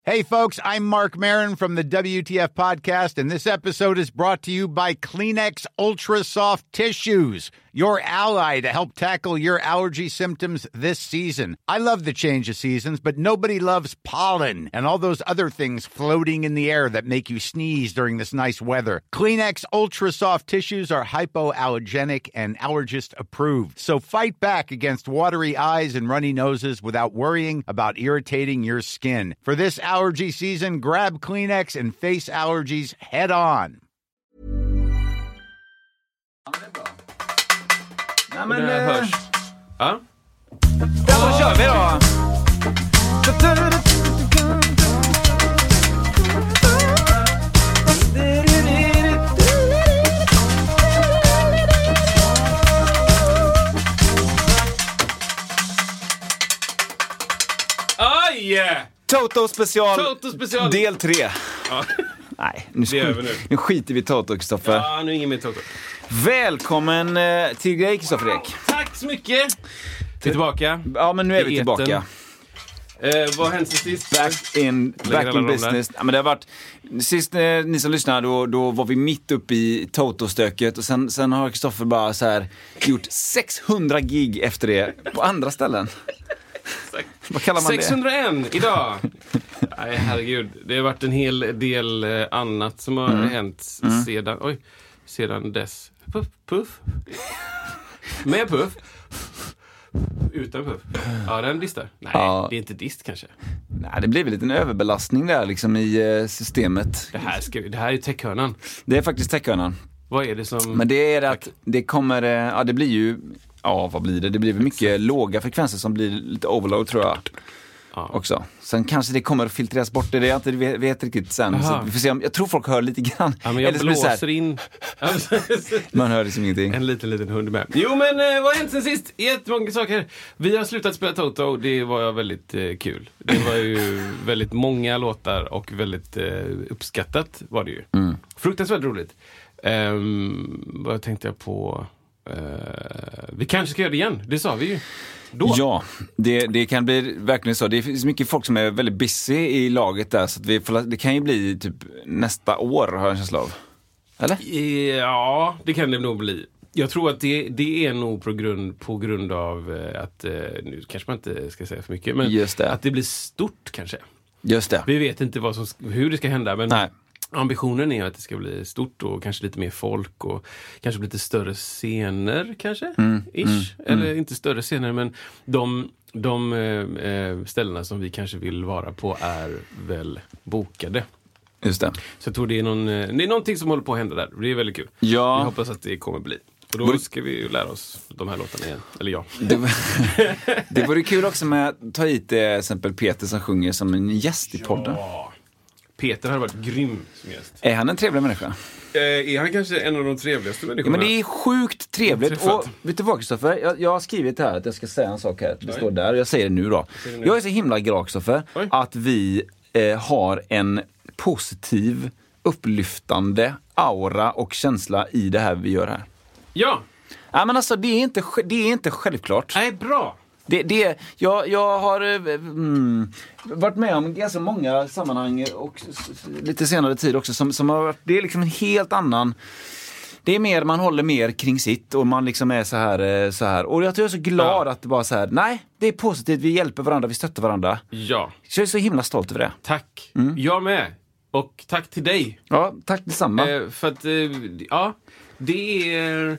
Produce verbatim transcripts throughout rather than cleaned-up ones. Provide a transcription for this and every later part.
Hey, folks, I'm Mark Maron from the W T F Podcast, and this episode is brought to you by Kleenex Ultra Soft Tissues, your ally to help tackle your allergy symptoms this season. I love the change of seasons, but nobody loves pollen and all those other things floating in the air that make you sneeze during this nice weather. Kleenex Ultra Soft Tissues are hypoallergenic and allergist approved, so fight back against watery eyes and runny noses without worrying about irritating your skin. For this allergy season, grab Kleenex and face allergies head on. Ja, men... Det hörs. Ja? Ja, då kör vi då! Aj! Toto special, Toto special. del tre. Ja. Nej, nu, Det är över nu. nu skiter vi i Toto, Kristoffer. Ja, nu är ingen mer Toto. Välkommen eh, till dig, Kristoffer Ek. Tack så mycket! Vi är tillbaka. Ja, men nu är vi I tillbaka. etern. Eh, vad hände sist? Back in, Lägger back alla in dem business. Ja, men det har varit, sist eh, ni som lyssnar, då, då var vi mitt uppe i Toto-stöket. Och sen, sen har Kristoffer bara så här gjort sexhundra gig efter det på andra ställen. Vad kallar man sexhundraen det? Idag. Nej, herregud. Det har varit en hel del eh, annat som har Mm. hänt Mm. sedan, oj, sedan dess. Puff, puff. Med puff. Utan puff. Ja, den distar. Nej, Ja. det är inte dist kanske. Nej, det blir väl lite en överbelastning där liksom i eh, systemet. Det här, ska, det här är ju techhörnan. Det är faktiskt techhörnan. Vad är det som... Men det är att det kommer, eh, ja det blir ju, ja vad blir det? Det blir väl mycket Exakt. låga frekvenser som blir lite overload tror jag. Ja. Också. Sen kanske det kommer att filtreras bort, det är det jag inte vet, vet riktigt sen. Så vi får se om, jag tror folk hör lite grann. Ja, men jag Eller så blir det så här, blåser in. man hör liksom ingenting. En liten, liten hund med. Jo, men eh, vad har hänt sen sist? Jättemånga saker. Vi har slutat spela Toto, det var väldigt eh, kul. Det var ju väldigt många låtar och väldigt eh, uppskattat var det ju. Mm. Fruktansvärt roligt. Um, vad tänkte jag på? Uh, vi kanske ska göra det igen, det sa vi ju. Då. Ja, det, det kan bli verkligen så. Det finns mycket folk som är väldigt busy i laget där, så att vi får, det kan ju bli typ nästa år, har jag en känsla av. Eller? Ja, det kan det nog bli. Jag tror att det, det är nog på grund, på grund av att, nu kanske man inte ska säga för mycket, men Just det. att det blir stort kanske. Just det. Vi vet inte vad som, hur det ska hända, men Nej. ambitionen är att det ska bli stort och kanske lite mer folk och kanske lite större scener kanske, Mm, ish. mm, Eller mm. inte större scener, men de, de eh, ställena som vi kanske vill vara på är väl bokade. Just det. Så jag tror det är, någon, det är någonting som håller på att hända där. Det är väldigt kul. Ja. Vi hoppas att det kommer bli. Och då Vore... ska vi ju lära oss de här låtarna igen. Eller ja. Det, var... det vore kul också med att ta hit till exempel Peter som sjunger som en gäst i podden. Ja. Peter har varit grym som gäst. Är han en trevlig människa? Eh, är han kanske en av de trevligaste människorna? Ja, men det är sjukt trevligt. Träffat. Och vet du vad, Kristoffer? Jag, jag har skrivit här att jag ska säga en sak här. Det Oj. står där, jag säger det nu då. det nu. Jag är så himla glad, Kristoffer, Oj. att vi eh, har en positiv, upplyftande aura och känsla i det här vi gör här. Ja. Ja, men alltså det är inte, det är inte självklart. Nej, bra. Det, det, jag, jag har eh, mm, varit med om ganska många sammanhang och s- s- lite senare tid också som, som har varit, det är liksom en helt annan, det är mer, man håller mer kring sitt och man liksom är så här, eh, så här. Och jag tror jag är så glad Ja. att det bara så här, nej, det är positivt, vi hjälper varandra, vi stöttar varandra. Ja. Så jag är så himla stolt över det. Tack. Mm. Jag med. Och tack till dig. Ja, tack detsamma. Eh, för att, eh, ja, det är...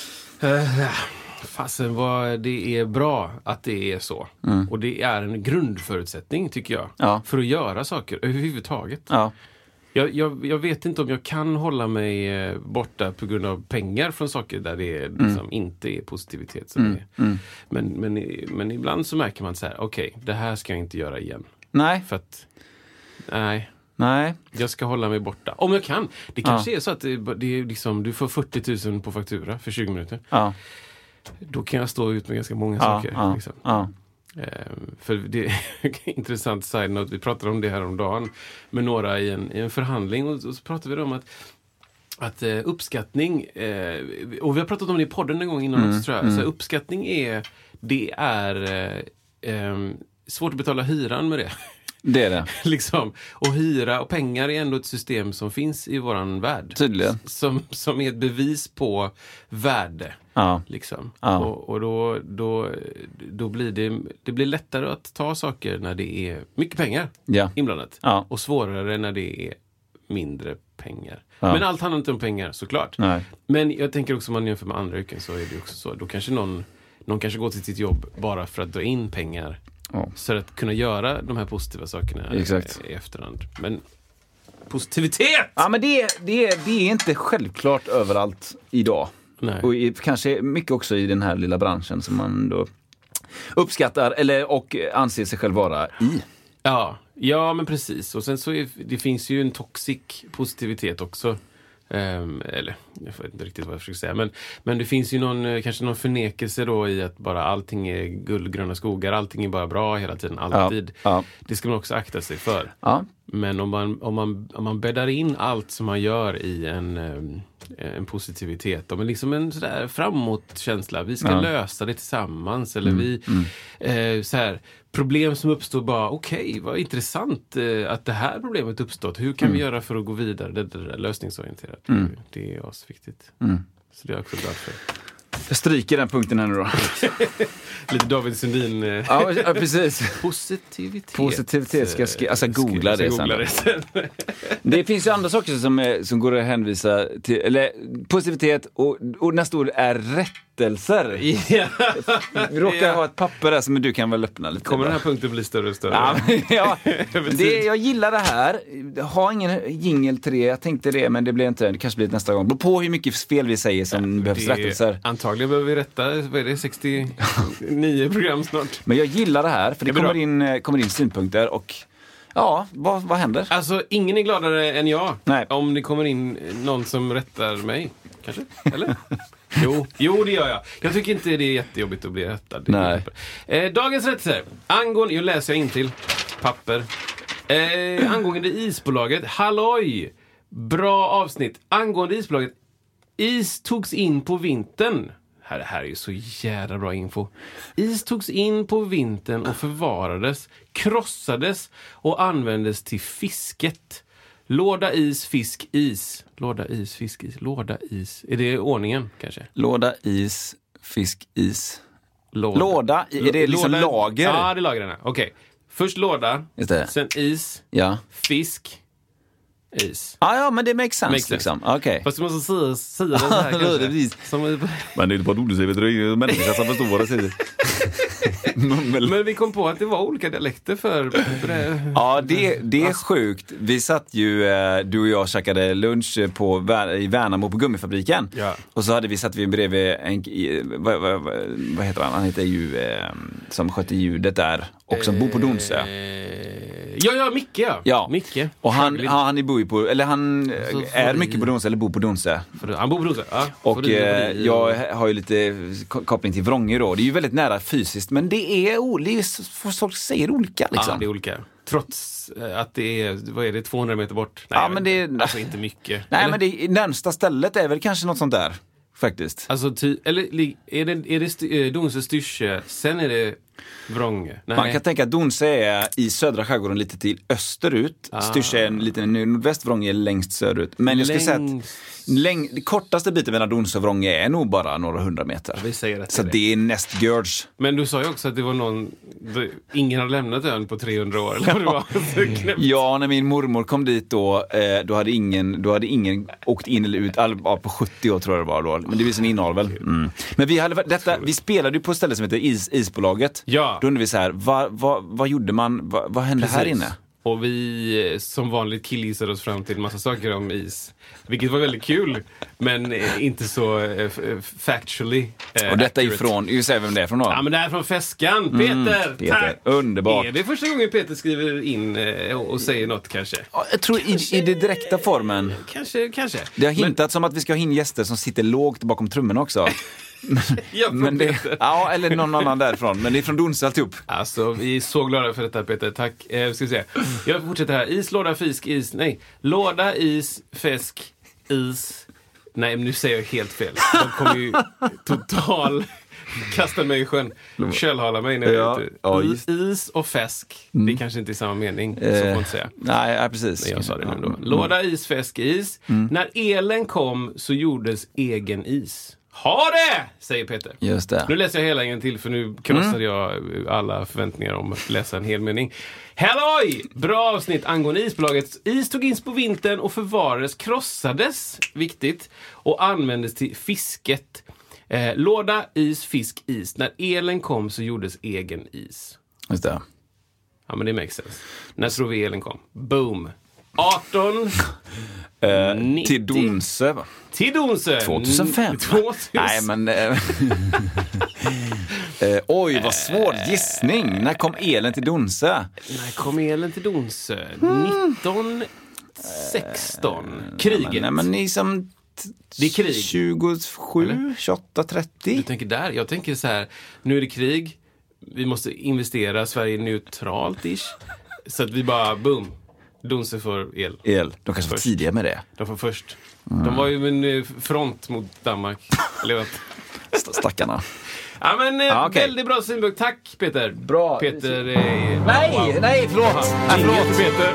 Eh, fasen vad det är bra att det är så. Mm. Och det är en grundförutsättning, tycker jag. Ja. För att göra saker överhuvudtaget. Ja. Jag, jag, jag vet inte om jag kan hålla mig eh, borta på grund av pengar från saker där det liksom Mm. inte är positivitet. Så Mm. det är. Mm. Men, men, men ibland så märker man så här, okej, okay, det här ska jag inte göra igen. Nej. För att, nej, Nej. jag ska hålla mig borta. Om jag kan. Det kanske Ja. är så att det, det är liksom, du får fyrtio tusen på faktura för tjugo minuter. Ja. Då kan jag stå ut med ganska många Ja. saker. Ja. Liksom. Ja. Ehm, för det är en intressant side note. Vi pratade om det här om dagen med några i en, i en förhandling. Och, och så pratade vi om att att eh, uppskattning, eh, och vi har pratat om det i podden en gång innan Mm, också, tror jag. mm. Så uppskattning är, det är eh, eh, svårt att betala hyran med det. Det är det. liksom. Och hyra och pengar är ändå ett system som finns i våran värld. Tydligen. Som, som är ett bevis på värde. Ja. Liksom. Ja. Och, och då, då, då blir det, det blir lättare att ta saker när det är mycket pengar Ja. inblandat. Ja. Och svårare när det är mindre pengar. Ja. Men allt handlar inte om pengar, såklart. Nej. Men jag tänker också, om man jämför med andra yrken så är det också så. Då kanske någon, någon kanske går till sitt jobb bara för att dra in pengar. Ja. Så att kunna göra de här positiva sakerna Exakt. i efterhand. Men positivitet! Ja, men det, det, det är inte självklart överallt idag. Nej. Och i, kanske mycket också i den här lilla branschen som man då uppskattar eller, och anser sig själv vara i. Ja, ja men precis. Och sen så är, det finns ju en toxic positivitet också. Um, eller, jag vet inte riktigt vad jag försöker säga. Men, men det finns ju någon, kanske någon förnekelse då i att bara allting är guldgröna skogar. Allting är bara bra hela tiden, alltid. Ja, ja. Det ska man också akta sig för. Ja. Men om man, om, man, om man bäddar in allt som man gör i en, um, en positivitet, om en, liksom en sådär framåtkänsla, vi ska Ja. lösa det tillsammans, eller Mm, vi mm. eh, så här, problem som uppstår, bara okej, okay, vad intressant eh, att det här problemet uppstått, hur kan Mm. vi göra för att gå vidare, det, det där lösningsorienterat, Mm. det, det är asviktigt. Mm. Så det är jag också glad för. Jag stryker den punkten här nu då. Lite David Sundin. Eh, Ja, ja, precis. positivitet. Positivitet, ska jag skri- alltså eh, googla ska det googla sen. det sen. Det finns ju andra saker som, är, som går att hänvisa till, eller positivitet och, och nästa ord är rättelser. Ja. Vi råkar Ja. ha ett papper där som du kan väl öppna lite. Kommer den här punkten bli större och större? Ja, men, ja. Över Det, tid. jag gillar det här. Ha ingen jingle till det. Jag tänkte det, men det blir inte. Det kanske blir nästa gång. Beror på hur mycket fel vi säger som behövs Det är- rättelser. Antagligen behöver vi rätta, vad är det, sextionio program snart. Men jag gillar det här, för det, Det är bra. kommer in, eh, kommer in synpunkter och ja, vad, vad händer? Alltså, ingen är gladare än jag. Nej. Om det kommer in någon som rättar mig. Kanske? Eller? jo, jo, det gör jag. Jag tycker inte det är jättejobbigt att bli rättad. Det är Nej. eh, dagens rättelser. Angående, jag läser in till papper. Eh, angående isbolaget. Halloj! Bra avsnitt. Angående isbolaget. Is togs in på vintern. Här, det här är ju så jävla bra info. Is togs in på vintern och förvarades, krossades och användes till fisket. Låda, is, fisk, is. Låda, is, fisk, is. Låda, is. Är det ordningen kanske? Låda, is, fisk, is. Låda. Låda, är det liksom Låda- lager? Ja, det är lagren. Okej. Först låda, Just det. sen is, Ja. fisk, is. Ah, ja, men det makes sense, Makes sense. liksom. Okej. Fast du måste säga, säga det så här Låda, kanske. is. Som i- Men det är bara du säger, vet du, det är människa som förstår vad det säger. Men vi kom på att det var olika dialekter för... för det. Ja, det, det är sjukt. Vi satt ju, eh, du och jag käkade lunch på, Vär- i Värnamo på gummifabriken. Ja. Och så hade vi satt vi bredvid en, i, vad, vad, vad, vad heter han? Han heter ju, eh, som sköter ljudet där. Och som bor på Donsö. Eh, ja, ja, Micke, ja. Ja. Micke. Och han, Sjöglind. han, han bor ju på, eller han Så eh, får är vi- mycket på Donsö, eller bor på Donsö. För- Han bor på Donsö, ja. Och Får du- eh, får du- jag har ju lite ko- koppling till Vrångö då. Det är ju väldigt nära fysiskt, men det är olika, folk säger olika liksom. Ja, det är olika. Trots eh, att det är, vad är det, tvåhundra meter bort? Nej, Ja, jag men vet inte. det- Alltså inte mycket. Nej, Eller? men det närmsta stället är väl kanske något sånt där, faktiskt. Alltså, ty, eller li- är det, är det st- eh, Donsö, Styrsö, sen är det Vrångö? Nej. Man kan tänka att Donsö är i södra skärgården lite till österut. Ah. Styrsö är en liten nordväst, Vrångö är längst söderut. Men jag skulle säga att Längst- läng- det kortaste biten mellan Donsö och Vrångö är nog bara några hundra meter. Vi säger rätt Så i det. det är näst görds. Men du sa ju också att det var någon... det- Ingen har lämnat ön på trehundra år. Eller vad det var. Så knäppt. Ja, när min mormor kom dit då, eh, då, hade ingen, då hade ingen åkt in eller ut all, ja, på sjuttio år tror jag det var då. Men det är en inavel. Mm. Men vi, hade, detta, vi spelade ju på ett ställe som heter Is, Isbolaget. Ja. Då undrade vi så här, vad, vad, vad gjorde man, vad, vad hände här Precis. inne? Och vi eh, som vanligt killgissade oss fram till en massa saker om is. Vilket var väldigt kul, men eh, inte så eh, f- eh, factually eh, Och detta är accurate. ifrån, ju säger vem det är från då. Ja, men det här är från Feskan. Peter, Peter, tack! underbart. Är det första gången Peter skriver in eh, och och säger något kanske? Ja, jag tror i, i det direkta formen. Kanske, kanske. Det har hintats om att vi ska ha in gäster som sitter lågt bakom trummorna också. Ja, från Men det, Peter. ja, eller någon annan därifrån. Men det är från Donsö alltihop. Alltså, vi är så glada för detta, Peter. Tack. Eh, ska vi se. Jag fortsätter här. Is, låda, fisk, is. Nej. Låda, is, fisk, is. Nej, men nu säger jag helt fel. De kommer ju total Kastar mig i sjön. Köllhalar mig när jag Ja, är ute. ja, I- just- Is och fäsk. Det är kanske inte är samma mening. Så får man inte säga. Nej, ja, precis. Men jag sa det nu då. Mm. Låda, is, fäsk, is. När elen kom så gjordes egen is. Ha det! Säger Peter. Just det. Nu läser jag hela en till för nu krossade jag alla förväntningar om att läsa en hel mening. Halloj! Bra avsnitt angående isbolaget. Is tog in på vintern och förvarades, krossades, viktigt, och användes till fisket. Eh, låda, is, fisk, is. När elen kom så gjordes egen is. Just det. Ja, men det makes sense. När tror vi elen kom? Boom! arton Eh, nittio till Donsö, va? Till Donsö. tjugohundrafem. tvåtusen. Nej, men... Eh, eh, oj, vad svår gissning. När kom elen till Donsö? När kom elen till Donsö? nitton sexton. Kriget. Nej, men ni som... Det är krig. tjugosju, Eller? tjugoåtta, trettio. Du tänker där. Jag tänker så här. Nu är det krig. Vi måste investera. Sverige är neutralt ish. Så att vi bara, boom. Donsö för el. El. De kanske var Först. tidiga med det. De får först. De var ju en eh, front mot Danmark. Eller vad? St- Stackarna. Ja, men eh, Ja, okej. väldigt bra synpunkt. Tack, Peter. Bra. Peter. Eh, Nej, wow. nej, förlåt. Aha, Nej, inget förlåt. för Peter.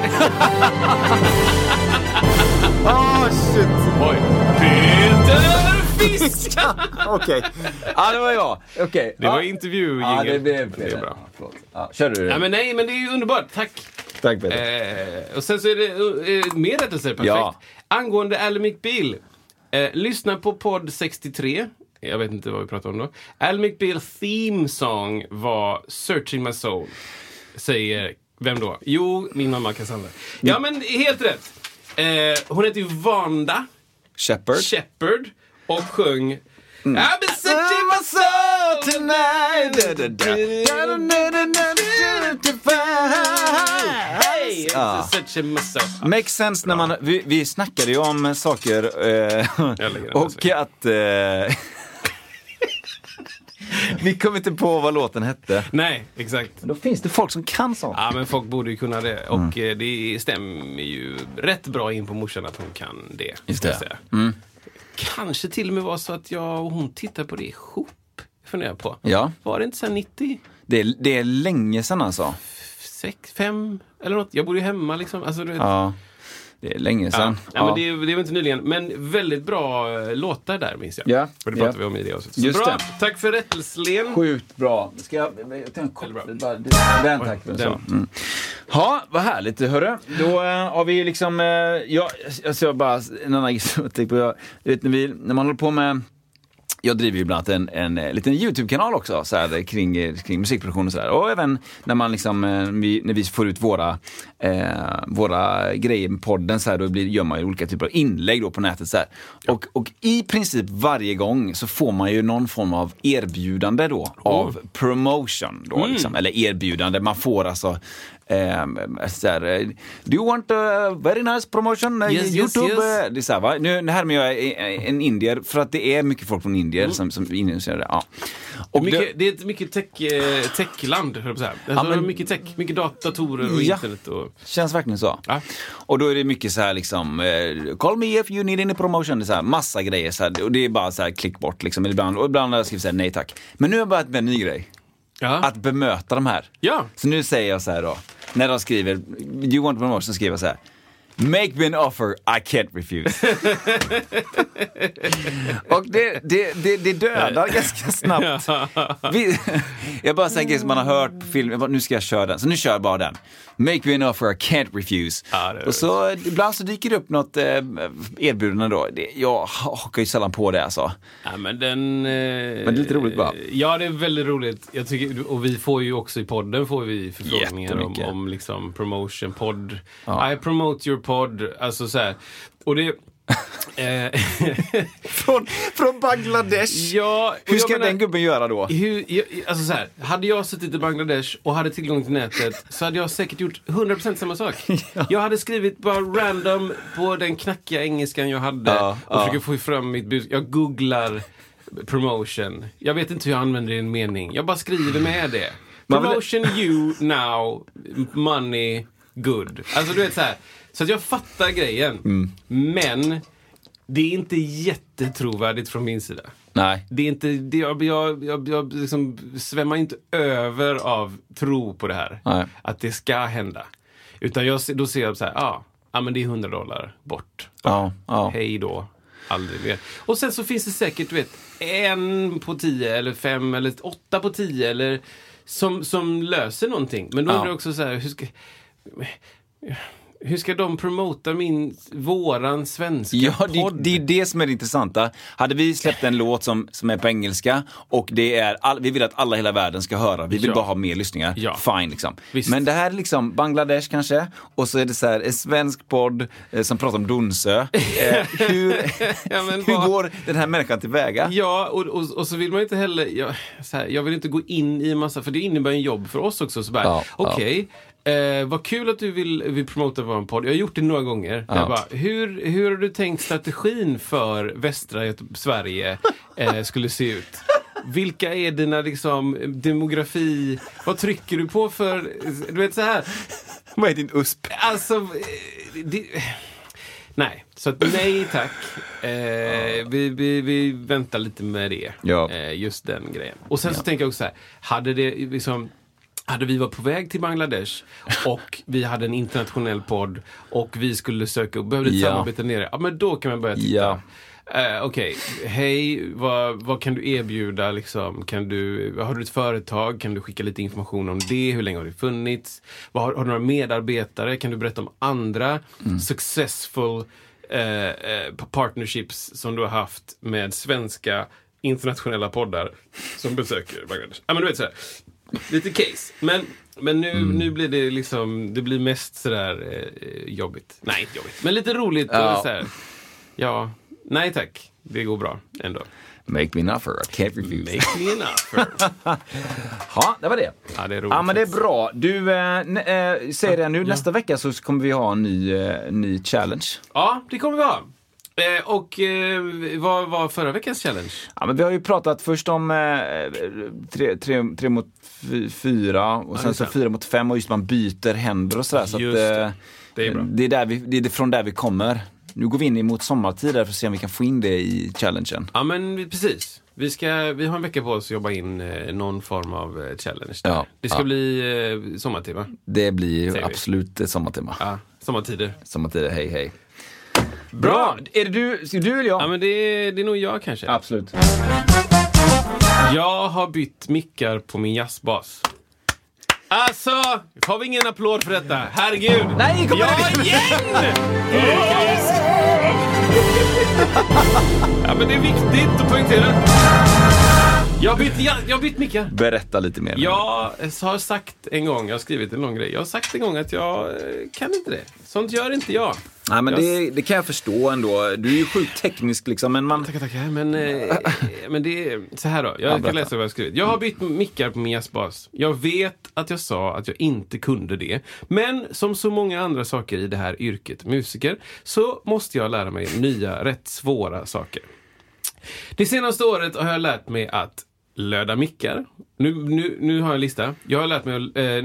Åh, shit. Oj. Peter Fisk! Okej. Ja, det var jag. Okej. Det var ja. intervju. Ja, det blev det är bra. Ja, förlåt. Ja, kör du det. Ja, men nej, men det är ju underbart. Tack. Tack, Peter. Eh, och sen så är det eh, mer rättelser, perfekt. Ja. Angående Al McBeal. Eh, lyssna på podd sextiotre. Jag vet inte vad vi pratar om då. Al McBeal theme song var Searching My Soul. Säger, vem då? Jo, min mamma Cassandra. Ja, men helt rätt. Eh, hon heter ju Vanda Shepard. Shepard och sjöng Mm. I've been searching my soul tonight. Hey, Ja. searching my soul. Makes sense när man... Vi, vi snackade ju om saker eh, Jag lägger den och där. att... Eh, vi kom inte på vad låten hette. Nej, exakt. Då finns det folk som kan sånt. Ja, men folk borde ju kunna det. Och eh, det stämmer ju rätt bra in på morsan att hon kan det. Just ska det. jag säga. Mm. Kanske till och med var så att jag och hon tittar på det ihop. Funderar jag på. Ja, Var det inte så här nittio? det är, det är länge sedan alltså. sex, fem eller något? Jag bor ju hemma liksom. Alltså, du vet. Ja, det är länge Ja. sedan. Ja, men det, det var inte nyligen. Men väldigt bra eh, låtar där, minns jag. Ja, Och det pratar ja. vi om i det också. Så Just bra. det. Tack för rättelsen. Sjukt bra. Ska jag, jag tar en kopp? Eller bra. Bara- Den tack. Oj, Så. den. Mm. Ja, vad härligt hörru. Då äh, har vi liksom, äh, jag, alltså jag bara, en annan grej som jag tänkte på, jag, vet, när, vi, när man håller på med, jag driver ju bland annat en, en, en liten YouTube-kanal också så här, kring, kring musikproduktion och sådär. Och även när man liksom, eh, vi, när vi får ut våra, eh, våra grejer med podden så här, då blir, gör man ju olika typer av inlägg då på nätet så här. Och, och i princip varje gång så får man ju någon form av erbjudande då, av promotion då, Mm. liksom, eller erbjudande. Man får alltså Um, så här, eh, do you want a very nice promotion? Uh, Yes, yes, YouTube? yes. eh, Det är så här, va? Nu, nu här med jag är en indier, för att det är mycket folk från indier som, som initierar det. Ja. Och mycket, det, det är ett mycket tech, eh, techland, höll jag på att säga. Alltså, men- mycket tech, mycket datorer och Ja. internet. Och... känns verkligen så. Ja. Och då är det mycket så här liksom, eh, call me if you need any promotion. Det är så här, massa grejer så här, och det är bara så här klick bort liksom. Ibland, och ibland har jag skrivit så här, nej tack. Men nu har jag börjat med en ny grej. Ja. Att bemöta de här. ja. Så nu säger jag så här då, när de skriver do you want promotion, så skriver jag så här: make me an offer I can't refuse. Och det, det, det, det dödar ganska snabbt. Vi, jag bara säger en grej som man har hört på film. Jag bara, nu ska jag köra den. Så nu kör jag bara den. Make me an offer I can't refuse. Ja, det är och så ibland så dyker det upp något eh, erbjudande då. Det, jag hakar ju sällan på det alltså. Ja, men den... Eh, Men det är lite roligt bara. Ja, det är väldigt roligt. Jag tycker, och vi får ju också i podden får vi förfrågningar om, Jättemycket. om liksom promotion, podd. Ja. I promote your pod. Alltså så här. Och det... eh, Från, från Bangladesh. ja, och Hur ska jag menar- den gubben göra då? Hur, jag, alltså så här, hade jag suttit i Bangladesh och hade tillgång till nätet så hade jag säkert gjort hundra procent samma sak. Ja. Jag hade skrivit bara random på den knackiga engelskan jag hade Ja, och ja. försöker få fram mitt budskap. Jag googlar promotion. Jag vet inte hur jag använder det i en mening. Jag bara skriver med det. Man vill- Promotion you now, money good. Alltså du vet så här. Så att jag fattar grejen. Mm. Men det är inte jättetrovärdigt från min sida. Nej. Det är inte, det, jag, jag, jag, jag liksom svämmar inte över av tro på det här. Nej. Att det ska hända. Utan jag, då ser jag så här, ja, ah, ah, men det är hundra dollar bort. Ja, ja. Hej då. Aldrig mer. Och sen så finns det säkert, du vet, en på tio eller fem eller åtta på tio eller som, som löser någonting. Men då ja. är det också så här, hur ska... Hur ska de promota min, våran svenska ja, podd? Det, det är det som är det intressanta. Hade vi släppt en låt som, som är på engelska och det är all, vi vill att alla i hela världen ska höra. Vi vill ja. bara ha mer lyssningar. Ja. Fine liksom. Visst. Men det här är liksom Bangladesh kanske. Och så är det så här en svensk podd eh, som pratar om Donsö. Eh, hur ja, men hur vad... går den här människan tillväga? Ja, och, och, och så vill man inte heller... Jag, så här, jag vill inte gå in i en massa... För det innebär en jobb för oss också. Så bara, ja, okej... Okay, Eh, vad kul att du vill, vill promota vår podd. Jag har gjort det några gånger. Ja. Jag bara, hur, hur har du tänkt strategin för västra Sverige eh, skulle se ut? Vilka är dina liksom demografi? Vad trycker du på för... Du vet så här. Vad är din U S P? Alltså... Det, nej, så att nej tack. Eh, ja. vi, vi, vi väntar lite med det. Ja. Eh, just den grejen. Och sen ja. så tänker jag också så här. Hade det liksom... Hade vi varit på väg till Bangladesh och vi hade en internationell podd och vi skulle söka och behövde ett ja. samarbete nere, ja men då kan man börja titta. Ja. Uh, Okej, okay. Hej, vad, vad kan du erbjuda liksom? Kan du, har du ett företag? Kan du skicka lite information om det? Hur länge har det funnits? Vad, har, har du några medarbetare? Kan du berätta om andra mm. successful uh, uh, partnerships som du har haft med svenska internationella poddar som besöker Bangladesh? Ja men du vet så här. Lite case. Men, men nu, mm. nu blir det liksom, det blir mest sådär eh, jobbigt. Nej, inte jobbigt. Men lite roligt. Ja. Och så här. Ja, nej tack. Det går bra ändå. Make me an offer, I can't refuse. Make me an offer. Ja, det var det. Ja, det är roligt. Ja, men det är bra. Du, äh, äh, säger det nu, ja. Nästa vecka så kommer vi ha en ny, äh, ny challenge. Ja, det kommer vi ha. Eh, och eh, vad var förra veckans challenge? Ja, men vi har ju pratat först om eh, tre, tre, tre mot f- fyra och sen ja, så fyra mot fem och just man byter händer och sådär. Så just att, det. Det är bra. Det är, där vi, det är från där vi kommer. Nu går vi in emot sommartid för att se om vi kan få in det i challengen. Ja, men precis. Vi, ska, vi har en vecka på oss att jobba in eh, någon form av eh, challenge där. Ja, det ska ja. bli eh, sommartimmar. Det blir absolut vi. sommartimmar. Ja, sommartider. Sommartider, hej hej. Bra. Bra. Är det du, ska du eller jag? Ja, men det är, det är nog jag kanske. Absolut. Jag har bytt mickar på min jazzbas. Alltså, har vi ingen applåd för detta? Herregud. Nej, kom ja, igen! Ja, men det är viktigt att poängtera. Jag har bytt, jag, jag har bytt mickar. Berätta lite mer. Jag har sagt en gång, jag har skrivit en lång grej. Jag har sagt en gång att jag kan inte det. Sånt gör inte jag. Nej, men jag... det, det kan jag förstå ändå. Du är ju sjukt teknisk liksom, men man... Tackar, tackar. Men, eh, men det är så här då. Jag ja, kan läsa vad jag har skrivit. Jag har bytt mickar på min jazzbas. Jag vet att jag sa att jag inte kunde det. Men som så många andra saker i det här yrket, musiker, så måste jag lära mig nya, rätt svåra saker. Det senaste året har jag lärt mig att löda mickar. Nu, nu, nu har jag en lista. Jag har lärt mig att, eh,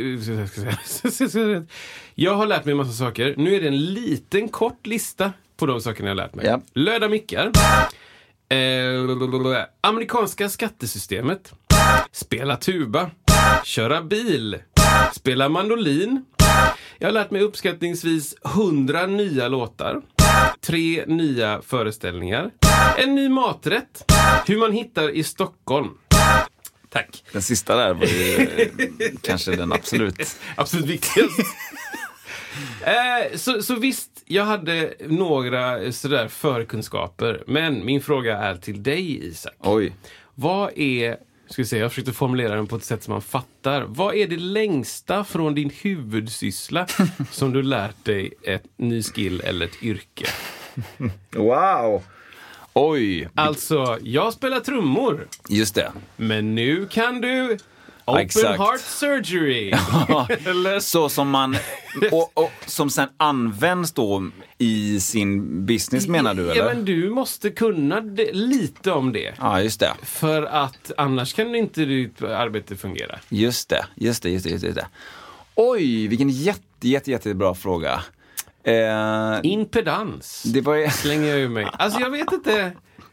nu, jag har lärt mig en massa saker. Nu är det en liten kort lista på de sakerna jag har lärt mig. Ja. Löda mickar. Eh, amerikanska skattesystemet. Spela tuba. Köra bil. Spela mandolin. Jag har lärt mig uppskattningsvis hundra nya låtar. Tre nya föreställningar. En ny maträtt. Hur man hittar i Stockholm. Tack. Den sista där var ju kanske den absolut absolut viktigaste. eh, så, så visst, jag hade några sådär förkunskaper. Men min fråga är till dig, Isak. Oj. Vad är, ska vi se, jag försökte formulera den på ett sätt som man fattar. Vad är det längsta från din huvudsyssla som du lärt dig ett ny skill eller ett yrke? Wow. Oj. Alltså, jag spelar trummor. Just det. Men nu kan du open Exakt. heart surgery. Eller? Så som man och, och som sen används då i sin business, menar du, eller? Ja, men du måste kunna det, lite om det. Ja, just det. För att annars kan inte ditt arbete fungera. Just det, just det, just det, just det. Oj, vilken jätte, jätte, jättebra fråga. Eh, Impedans. det var ju... Slänger jag ur mig. Alltså jag vet inte.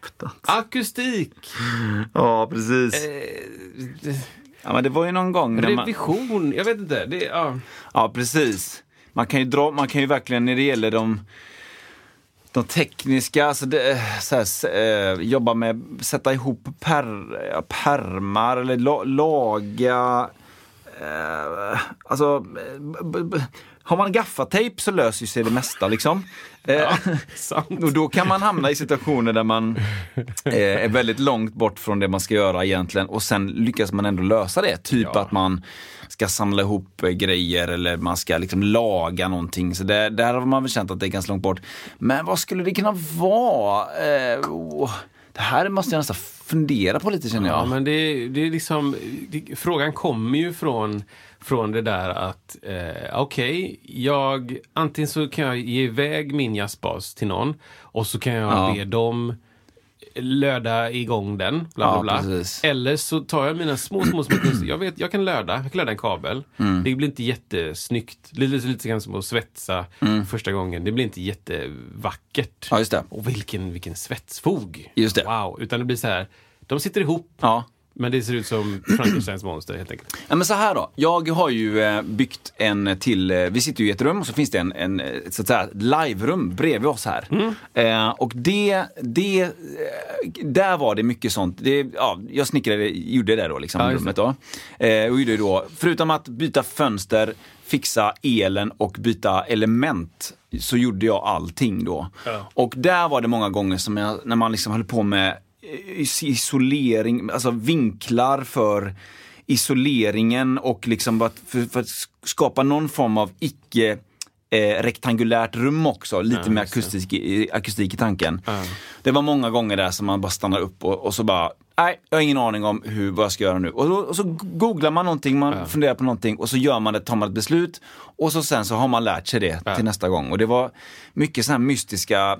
Akustik. Ja, precis. Eh, det... Ja, men det var ju någon gång... När Revision. Man... Jag vet inte. Det, ja. ja, precis. Man kan ju dra... Man kan ju verkligen när det gäller de... De tekniska, alltså det, så här, eh, jobba med sätta ihop per, permar eller la, laga, eh, alltså b, b, har man gaffatejp så löser sig det mesta liksom. Ja, eh, och då kan man hamna i situationer där man eh, är väldigt långt bort från det man ska göra egentligen och sen lyckas man ändå lösa det. Typ ja. Att man ska samla ihop grejer eller man ska liksom laga någonting. Så det, där har man väl känt att det är ganska långt bort. Men vad skulle det kunna vara? Eh, oh, det här måste jag nästan fundera på lite, känner jag. Ja, men det, det är liksom... Det, frågan kommer ju från, från det där att eh, okej, okay, jag... Antingen så kan jag ge iväg min jazzbas till någon och så kan jag ja. be dem löda igång den, bla bla bla. Ja, eller så tar jag mina små, små, små jag vet, jag kan löda, jag kan löda en kabel. Mm. Det blir inte jättesnyggt. Lite, lite grann som att svetsa mm. första gången. Det blir inte jättevackert. Ja, just det. Och vilken, vilken svetsfog. Just det. Wow, utan det blir så här, de sitter ihop. Ja. Men det ser ut som Frankensteins monster helt enkelt. Ja, men så här då. Jag har ju eh, byggt en till... Eh, vi sitter ju i ett rum och så finns det en, en så att säga, live-rum bredvid oss här. Mm. Eh, och det... det eh, där var det mycket sånt. Det, ja, jag snickrade, gjorde det då liksom, ja, rummet då. Eh, och gjorde då, förutom att byta fönster, fixa elen och byta element, så gjorde jag allting då. Ja. Och där var det många gånger som jag, när man liksom höll på med isolering, alltså vinklar för isoleringen och liksom för, för att skapa någon form av icke eh, rektangulärt rum också, lite ja, mer akustik, akustik i tanken. Ja. Det var många gånger där som man bara stannar upp och, och så bara, nej, jag har ingen aning om hur, vad jag ska göra nu. Och, då, och så googlar man någonting, man ja. funderar på någonting och så gör man det, tar man ett beslut och så sen så har man lärt sig det ja. till nästa gång. Och det var mycket så här mystiska,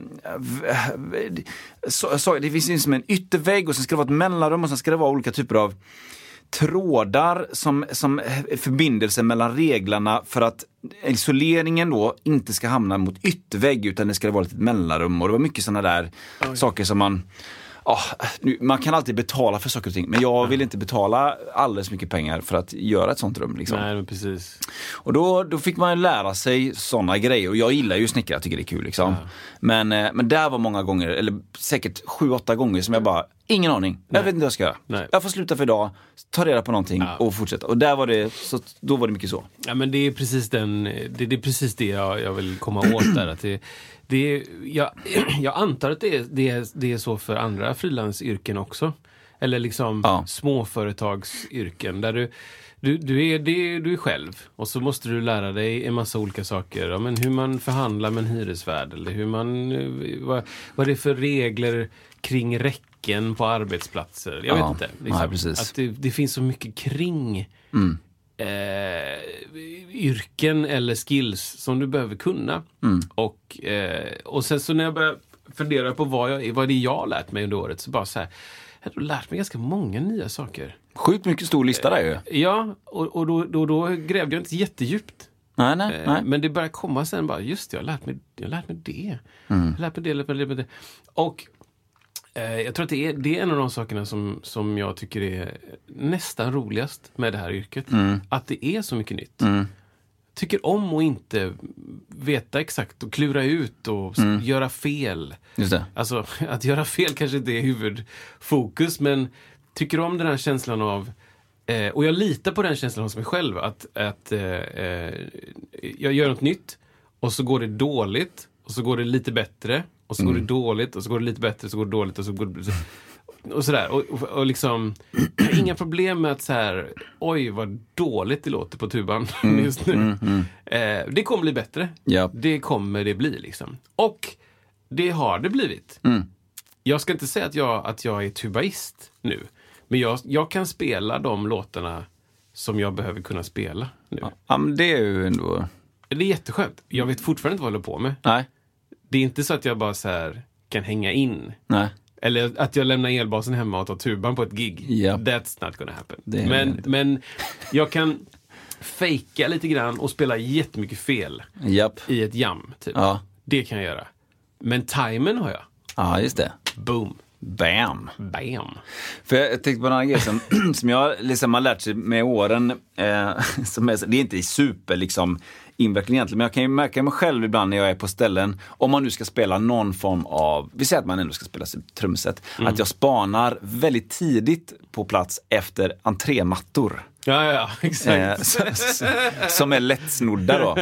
så, så, det finns som en yttervägg och sen ska det vara ett mellanrum och sen ska det vara olika typer av trådar som, som förbindelse mellan reglarna för att isoleringen då inte ska hamna mot yttervägg utan det ska vara ett mellanrum. Och det var mycket sådana där Oj. saker som man... Oh, nu, man kan alltid betala för saker och ting, men jag vill inte betala alldeles mycket pengar för att göra ett sånt rum liksom. Nej, men precis. Och då, då fick man lära sig såna grejer, och jag gillar ju snickra, jag tycker det är kul liksom. Ja. Men, men där var många gånger, eller säkert sju, åtta gånger som jag bara, ingen aning, jag Nej. vet inte vad jag ska göra. Nej. Jag får sluta för idag, ta reda på någonting ja. och fortsätta. Och där var det, så, då var det mycket så. Ja, men det är precis den, det, det är precis det jag, jag vill komma åt där, att det Det är, jag, jag antar att det är, det, är, det är så för andra frilansyrken också. Eller liksom ja. småföretagsyrken. Där du, du, du, är, det, du är själv. Och så måste du lära dig en massa olika saker. Ja, men hur man förhandlar med en hyresvärd. Eller hur man, vad, vad det är för regler kring räcken på arbetsplatser. Jag ja. vet inte. Liksom, ja, precis. Att det, det finns så mycket kring... Mm. Eh, yrken eller skills som du behöver kunna. Mm. Och, eh, och sen så när jag börjar fundera på vad, jag, vad det är jag har lärt mig under året, så bara så här, jag har lärt mig ganska många nya saker. Sjukt mycket stor lista där ju. Eh, ja, och, och då, då, då grävde jag inte jättedjupt. Nej, nej, eh, nej. Men det börjar komma sen bara, just det, jag har lärt mig, jag har lärt mig det. Mm. Jag har lärt mig det, lärt mig det, lärt mig det. Och jag tror att det är, det är en av de sakerna som, som jag tycker är nästan roligast med det här yrket. Mm. Att det är så mycket nytt. Mm. Tycker om att inte veta exakt och klura ut och mm. göra fel. Just det. Alltså, att göra fel kanske inte är huvudfokus, men tycker om den här känslan av... Eh, och jag litar på den känslan hos mig själv. Att, att eh, eh, jag gör något nytt och så går det dåligt och så går det lite bättre. Och så går mm. det dåligt, och så går det lite bättre, så går det dåligt, och så går det... Och sådär. Och, och, och liksom... inga problem med att så här... Oj, vad dåligt det låter på tuban mm. just nu. Mm, mm. Eh, det kommer bli bättre. Yep. Det kommer det bli, liksom. Och det har det blivit. Mm. Jag ska inte säga att jag, att jag är tubaist nu. Men jag, jag kan spela de låtarna som jag behöver kunna spela nu. Ja, men det är ju ändå... Det är jätteskönt. Jag vet fortfarande inte vad jag håller på med. Nej. Det är inte så att jag bara så här kan hänga in. Nej. Eller att jag lämnar elbasen hemma och tar tuban på ett gig. Yep. That's not gonna happen. Men, men jag kan fejka lite grann och spela jättemycket fel Japp. i ett jam. Typ. Ja. Det kan jag göra. Men timern har jag. Ja, just det. Boom. Bam. Bam. För jag tänkte på en annan grej som, som jag liksom har lärt sig med åren. Eh, som är, det är inte super liksom inverkning egentligen, men jag kan ju märka mig själv ibland när jag är på ställen, om man nu ska spela någon form av, vi säger att man ändå ska spela trumset, mm. att jag spanar väldigt tidigt på plats efter entrémattor. Ja, ja, exakt. Eh, som, som är lättsnodda då.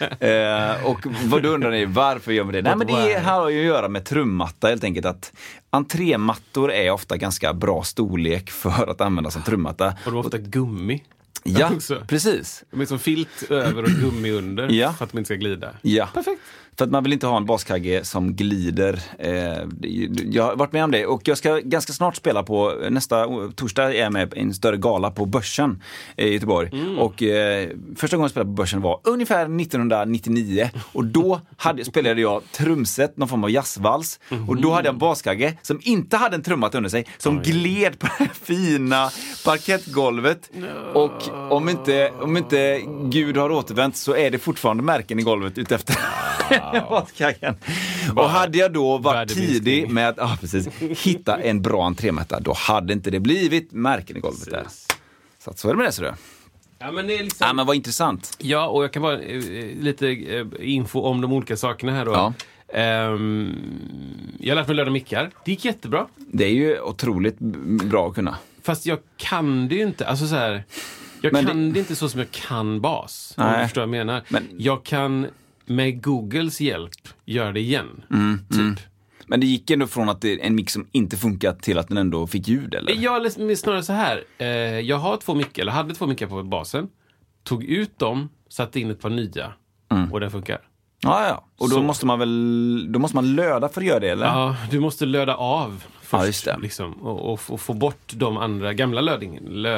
Eh, och vad då undrar ni, varför gör man det? Nej, men det här har ju att göra med trummatta helt enkelt. Att entrémattor är ofta ganska bra storlek för att använda som trummatta. Och det var ofta gummi. Ja, också. Precis. De är som filt över och gummi under ja. för att de inte ska glida. Ja. Perfekt. För att man vill inte ha en baskagge som glider. Eh, jag har varit med om det. Och jag ska ganska snart spela på, nästa torsdag är jag med en större gala på Börsen eh, i Göteborg. Mm. Och eh, första gången jag spelade på Börsen var ungefär nittonhundranittionio. Och då hade, spelade jag trumset, någon form av jazzvals. Mm. Och då hade jag en baskagge som inte hade en trummat under sig. Som Oj. gled på det fina parkettgolvet. No. Och om inte, om inte Gud har återvänt så är det fortfarande märken i golvet utefter. Wow. Och hade jag då varit tidig med att ah, precis, hitta en bra entrématta, då hade inte det blivit märken i golvet där. Så att så är det med det, så det. Ja, men det är liksom... ja, men vad intressant. Ja, och jag kan bara eh, lite eh, info om de olika sakerna här då. Ja. Um, jag har lärt mig löda mickar. Det gick jättebra. Det är ju otroligt bra att kunna. Fast jag kan det ju inte. Alltså så här, jag men kan det... det inte så som jag kan bas. Om du förstår vad jag menar. Men... Jag kan med Googles hjälp göra det igen. Mm, typ. Mm. Men det gick ändå från att det är en mick som inte funkat till att den ändå fick ljud, eller? Ja, snarare så här. Eh, jag har två mickar, eller hade två mickar på basen. Tog ut dem, satte in ett par nya. Mm. Och den funkar. Ja, ja. Och då så. måste man väl då måste man löda för att göra det, eller? Ja, du måste löda av först. Ja, just det. Liksom, och, och, och få bort de andra gamla lödning,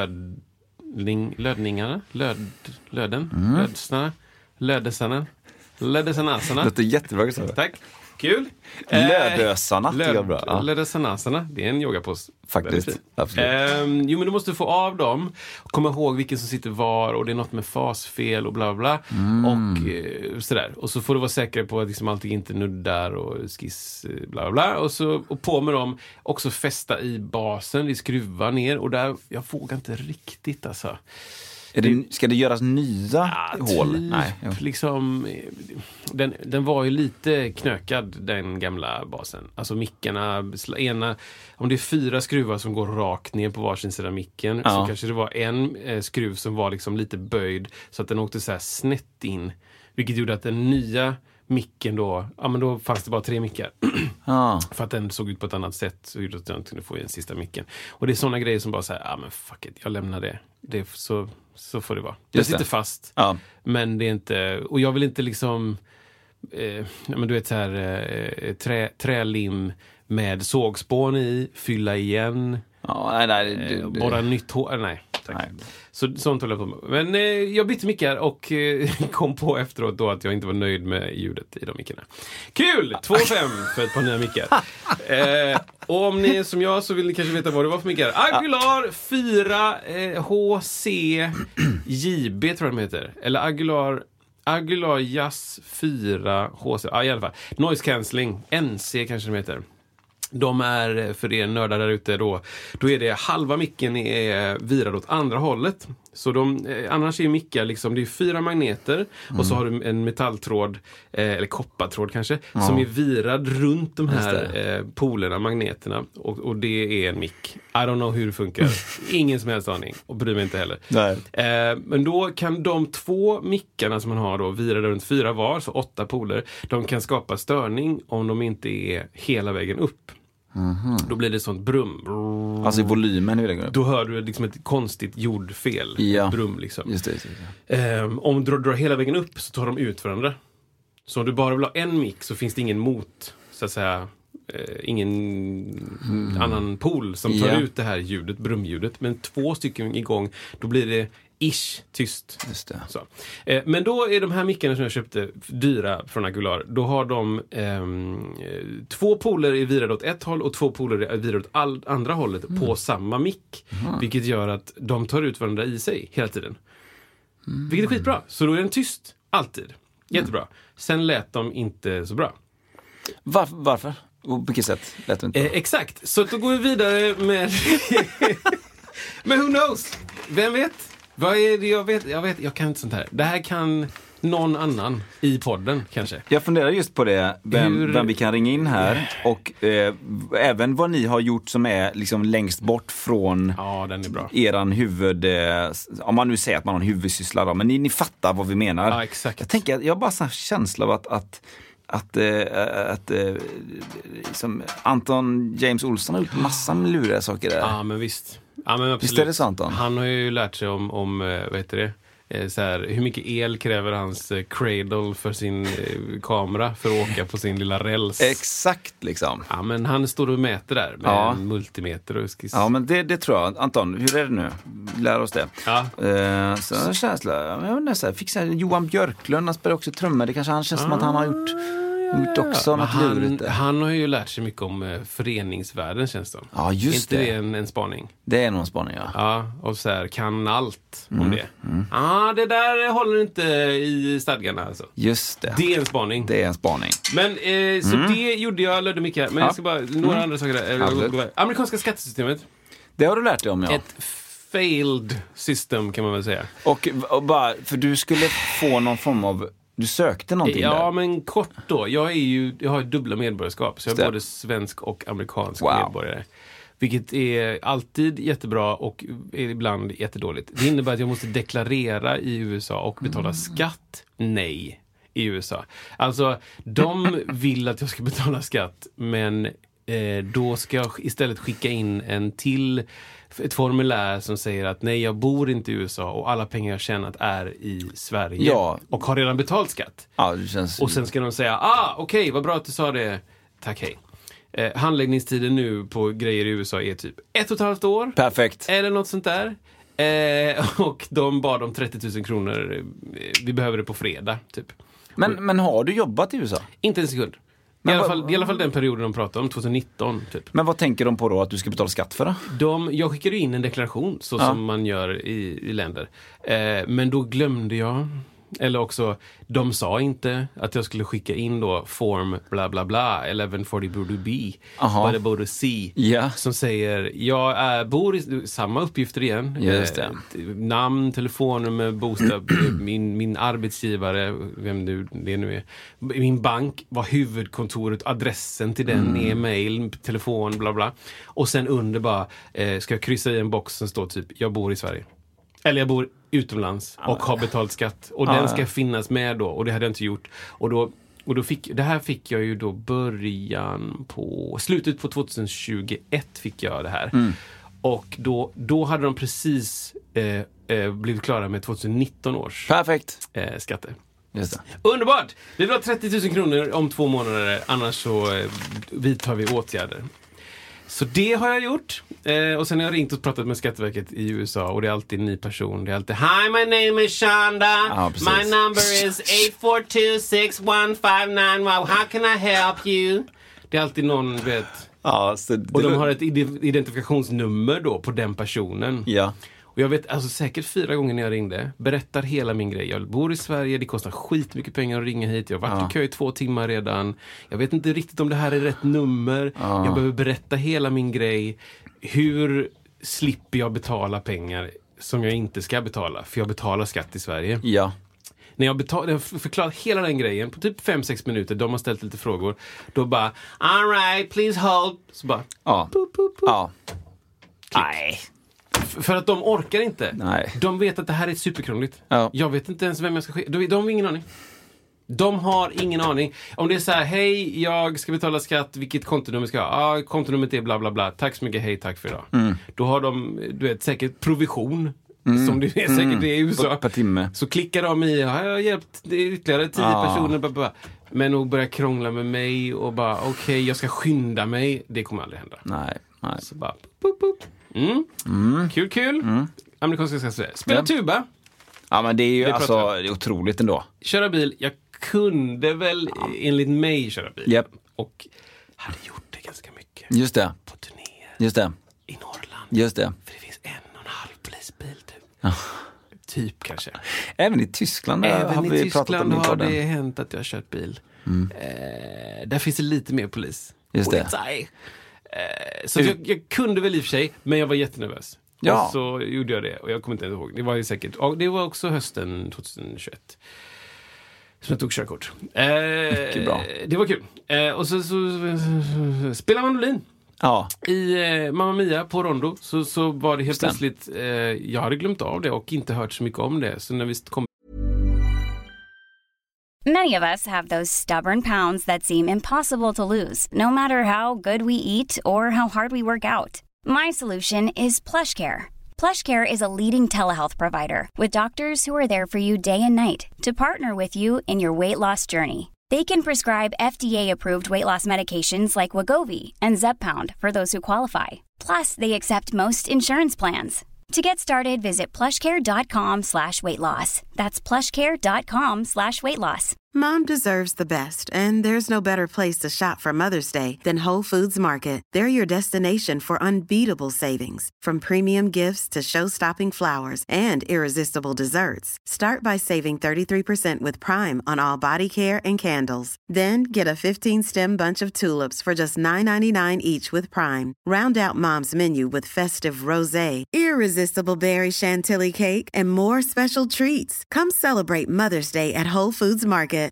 lödning, lödningarna. Löd, löden. Mm. Lödsna. Lödesarna. Lödesarna. Det låter jättebra. Så. Tack. Kul. Lödösarna. Eh, löd, ja. Lödesarna. Det är en yogapost. Faktiskt. Absolut. Eh, jo, men du måste få av dem. Komma ihåg vilken som sitter var. Och det är något med fasfel och bla bla. Mm. Och eh, sådär. Och så får du vara säker på att liksom allting inte nuddar och skiss bla bla. Och, så, och på med dem. Också fästa i basen. Vi skruvar ner. Och där, jag vågar inte riktigt alltså. Är det, ska det göras nya ja, hål? Typ, Nej. Liksom, den, den var ju lite knökad, den gamla basen. Alltså mickarna, ena, om det är fyra skruvar som går rakt ner på varsin sida micken, ja. så kanske det var en eh, skruv som var liksom lite böjd så att den åkte så här snett in. Vilket gjorde att den nya micken då, ja men då fanns det bara tre mickar. Ah. För att den såg ut på ett annat sätt så gjorde att jag kunde få i den sista micken. Och det är sådana grejer som bara säger, ja men fuck it, jag lämnar det. Det är så, så får det vara. Det sitter fast. Ja. Men det är inte, och jag vill inte liksom eh, ja men du vet så här eh, trä, trälim med sågspån i, fylla igen. Ja, nej, nej, det, eh, bara det. Nytt hår, nej. Nej. Så, sånt håller jag på med. Men eh, jag bytte mickar och eh, kom på efteråt då att jag inte var nöjd med ljudet i de mickarna. Kul! två fem för ett par nya mickar. Eh, och om ni är som jag så vill ni kanske veta vad det var för mickar. Aguilar fyra eh, H C J B tror jag de heter. Eller Aguilar, Aguilar Jazz fyra H C. Ja, i alla fall. Noise Cancelling. N C kanske de heter. De är, för er nördar där ute då, då är det halva micken är virad åt andra hållet. Så de, annars är mickar liksom, det är fyra magneter mm. och så har du en metalltråd, eh, eller koppartråd kanske, ja. som är virad runt de här eh, polerna, magneterna. Och, och det är en mick. I don't know hur det funkar. Ingen som helst aning. Och bryr mig inte heller. Nej. Eh, men då kan de två mickarna som man har då, virade runt fyra var, så åtta poler, de kan skapa störning om de inte är hela vägen upp. Mm-hmm. Då blir det sånt brum. Alltså i volymen hur det går upp. Då hör du liksom ett konstigt jordfel. Ja. Brum liksom. Just det, just det. Um, om du drar hela vägen upp så tar de ut varandra. Så om du bara vill ha en mick så finns det ingen mot, så att säga, eh, ingen mm. annan pol som tar ja. ut det här ljudet, brumljudet. Men två stycken igång, då blir det ish tyst. Just det. Så. Eh, men då är de här mickarna som jag köpte dyra från Aguilar. Då har de eh, två poler i virade åt ett håll och två poler i virade åt all, andra hållet mm. på samma mick. Mm. Vilket gör att de tar ut varandra i sig hela tiden. Mm. Vilket är skitbra. Så då är den tyst. Alltid. Jättebra. Mm. Sen lät de inte så bra. Var, varför? Och på vilket sätt lät de inte bra? Eh, exakt. Så då går vi vidare med... Men who knows? Vem vet? Vad är det jag vet? Jag vet, jag kan inte sånt här. Det här kan någon annan i podden kanske. Jag funderar just på det, vem, Hur... vem vi kan ringa in här och eh, även vad ni har gjort som är liksom längst bort från ja, den är bra. eran huvud, eh, om man nu säger att man har en huvudsyssla då, men ni, ni fattar vad vi menar. Ja, exakt. Jag tänker, jag har bara en känsla av att, att att, äh, att äh, liksom Anton James Olsson har gjort massa luriga saker där. Ja, men visst. Ja, men visst är det sant, Anton? Han har ju lärt sig om, om vad heter det? Så här, hur mycket el kräver hans cradle för sin eh, kamera för att åka på sin lilla räls. Exakt, liksom. Ja, men han står och mäter där med ja. en multimeter och skiss. Ja, men det, det tror jag. Anton, hur är det nu? Lär oss det. Ja. Eh, så en känsla. Jag vet inte, fick säga Johan Björklund, han spelar också trummor. Det kanske han känns ah. som att han har gjort... gjort också något han, lurigt. Han har ju lärt sig mycket om eh, föreningsvärlden, känns det. Ja, just inte det. det är en, en spaning? Det är nog en spaning, ja. Ja, och så här, kan allt om mm, det. Ja, mm. ah, det där håller inte i stadgarna alltså. Just det. Det är en spaning. Det är en spaning. Men, eh, så mm. det gjorde jag, lödde mycket. Men ja. jag ska bara, några mm. andra saker där. Eh, amerikanska skattesystemet. Det har du lärt dig om, ja. Ett failed system, kan man väl säga. Och, och bara, för du skulle få någon form av... Du sökte någonting ja, där? Ja, men kort då. Jag, är ju, jag har ju dubbla medborgarskap. Så jag är både svensk och amerikansk wow. medborgare. Vilket är alltid jättebra och är ibland jättedåligt. Det innebär att jag måste deklarera i U S A och betala mm. skatt. Nej, i U S A. Alltså, de vill att jag ska betala skatt, men eh, då ska jag istället skicka in en till... ett formulär som säger att nej, jag bor inte i U S A och alla pengar jag tjänat är i Sverige ja. och har redan betalt skatt. Ja, det känns... Och sen ska de säga, ah, okej, okay, vad bra att du sa det. Tack, hej. Eh, handläggningstiden nu på grejer i U S A är typ ett och ett halvt år. Perfekt. Eller något sånt där. Eh, och de bad om trettio tusen kronor. Vi behöver det på fredag, typ. Men, men har du jobbat i U S A? Inte en sekund. I alla, fall, I alla fall den perioden de pratar om, tjugonitton typ. Men vad tänker de på då att du ska betala skatt för då? De, jag skickade in en deklaration så ja. som man gör i, i länder. Eh, men då glömde jag, eller också, de sa inte att jag skulle skicka in då form bla bla bla, elva fyrtio borde B, vad det borde C, ja. som säger, jag är, bor i samma uppgifter igen. Just det. Eh, namn, telefonnummer, bostad, min, min arbetsgivare, vem nu, det nu är, min bank, vad huvudkontoret, adressen till den, mm. e-mail, telefon, bla bla. Och sen under bara, eh, ska jag kryssa i en box som står typ, jag bor i Sverige. Eller jag bor utomlands och har betalt skatt. Och den ska finnas med då. Och det hade jag inte gjort. Och då, och då fick, det här fick jag ju då början på... Slutet på tjugohundratjugoett fick jag det här. Mm. Och då, då hade de precis eh, eh, blivit klara med tjugonitton års Perfekt. Eh, skatter. Just det. Underbart! Vi vill ha trettio tusen kronor om två månader. Annars så eh, vidtar vi åtgärder. Så det har jag gjort. Eh, och sen har jag ringt och pratat med Skatteverket i U S A. Och det är alltid en ny person. Det är alltid, hi, my name is Shonda. Ja, my number is eight four two six one five nine. Wow, how can I help you? Det är alltid någon, vet. Ja, så det... Och de har ett identifikationsnummer då på den personen. Ja. Och jag vet, alltså säkert fyra gånger när jag ringde, berättar hela min grej. Jag bor i Sverige, det kostar skitmycket pengar att ringa hit. Jag har varit ja. i kö i två timmar redan. Jag vet inte riktigt om det här är rätt nummer. Ja. Jag behöver berätta hela min grej. Hur slipper jag betala pengar som jag inte ska betala? För jag betalar skatt i Sverige. Ja. När jag, betal, jag förklarat hela den grejen på typ fem sex minuter, de har ställt lite frågor. Då bara, all right, please hold. Så bara, ja. Boop, boop, boop. Ja. Nej. För att de orkar inte. Nej. De vet att det här är superkrångligt. Ja. Jag vet inte ens vem jag ska skicka. De, de har ingen aning. De har ingen aning. Om det är så här, hej, jag ska betala skatt, vilket kontonummer ska jag ha? Ja, ah, kontonumret är bla bla bla. Tack så mycket, hej, tack för idag. Mm. Då har de, du vet, säkert provision. Mm. Som det är säkert mm. det är i U S A. Per timme. Så klickar de i, har jag hjälpt det är ytterligare tio ah. personer. Bla, bla. Men att börja krångla med mig och bara, okej, okay, jag ska skynda mig. Det kommer aldrig hända. Nej, nej. Så bara, boop, boop. Mm. Mm. Kul, kul. Mm. Amerikanska skatter. Spela ja. tuba. Ja, men det är ju det alltså det är otroligt ändå. Köra bil. Jag kunde väl ja. enligt mig köra bil. Yep. Och hade gjort det ganska mycket. Just det. På turnéer. Just det. I Norrland. Just det. För det finns en och en halv polisbil typ. Ja. typ kanske. Även i Tyskland Även har i vi Tyskland pratat om det. har det hänt att jag har kört bil. Mm. Eh, där finns det lite mer polis. Just det. Eh, så jag, jag kunde väl i och för sig, men jag var jättenervös. Ja. Och så gjorde jag det, och jag kommer inte ihåg. Det var ju säkert, och det var också hösten tjugohundratjugoett. Som jag tog körkort. Eh, Mycket bra. Det var kul. Eh, och så, så, så, så spelar mandolin. Ja. I eh, Mamma Mia på Rondo så, så var det helt Stäm. plötsligt, eh, jag hade glömt av det och inte hört så mycket om det. Så när vi kom... Many of us have those stubborn pounds that seem impossible to lose, no matter how good we eat or how hard we work out. My solution is PlushCare. PlushCare is a leading telehealth provider with doctors who are there for you day and night to partner with you in your weight loss journey. They can prescribe F D A-approved weight loss medications like Wegovy and Zepbound for those who qualify. Plus, they accept most insurance plans. To get started, visit plushcare.com slash weight loss. That's plushcare.com slash weight loss. Mom deserves the best, and there's no better place to shop for Mother's Day than Whole Foods Market. They're your destination for unbeatable savings, from premium gifts to show-stopping flowers and irresistible desserts. Start by saving thirty-three percent with Prime on all body care and candles. Then get a fifteen-stem bunch of tulips for just nine ninety-nine each with Prime. Round out Mom's menu with festive rosé, irresistible berry chantilly cake, and more special treats. Come celebrate Mother's Day at Whole Foods Market.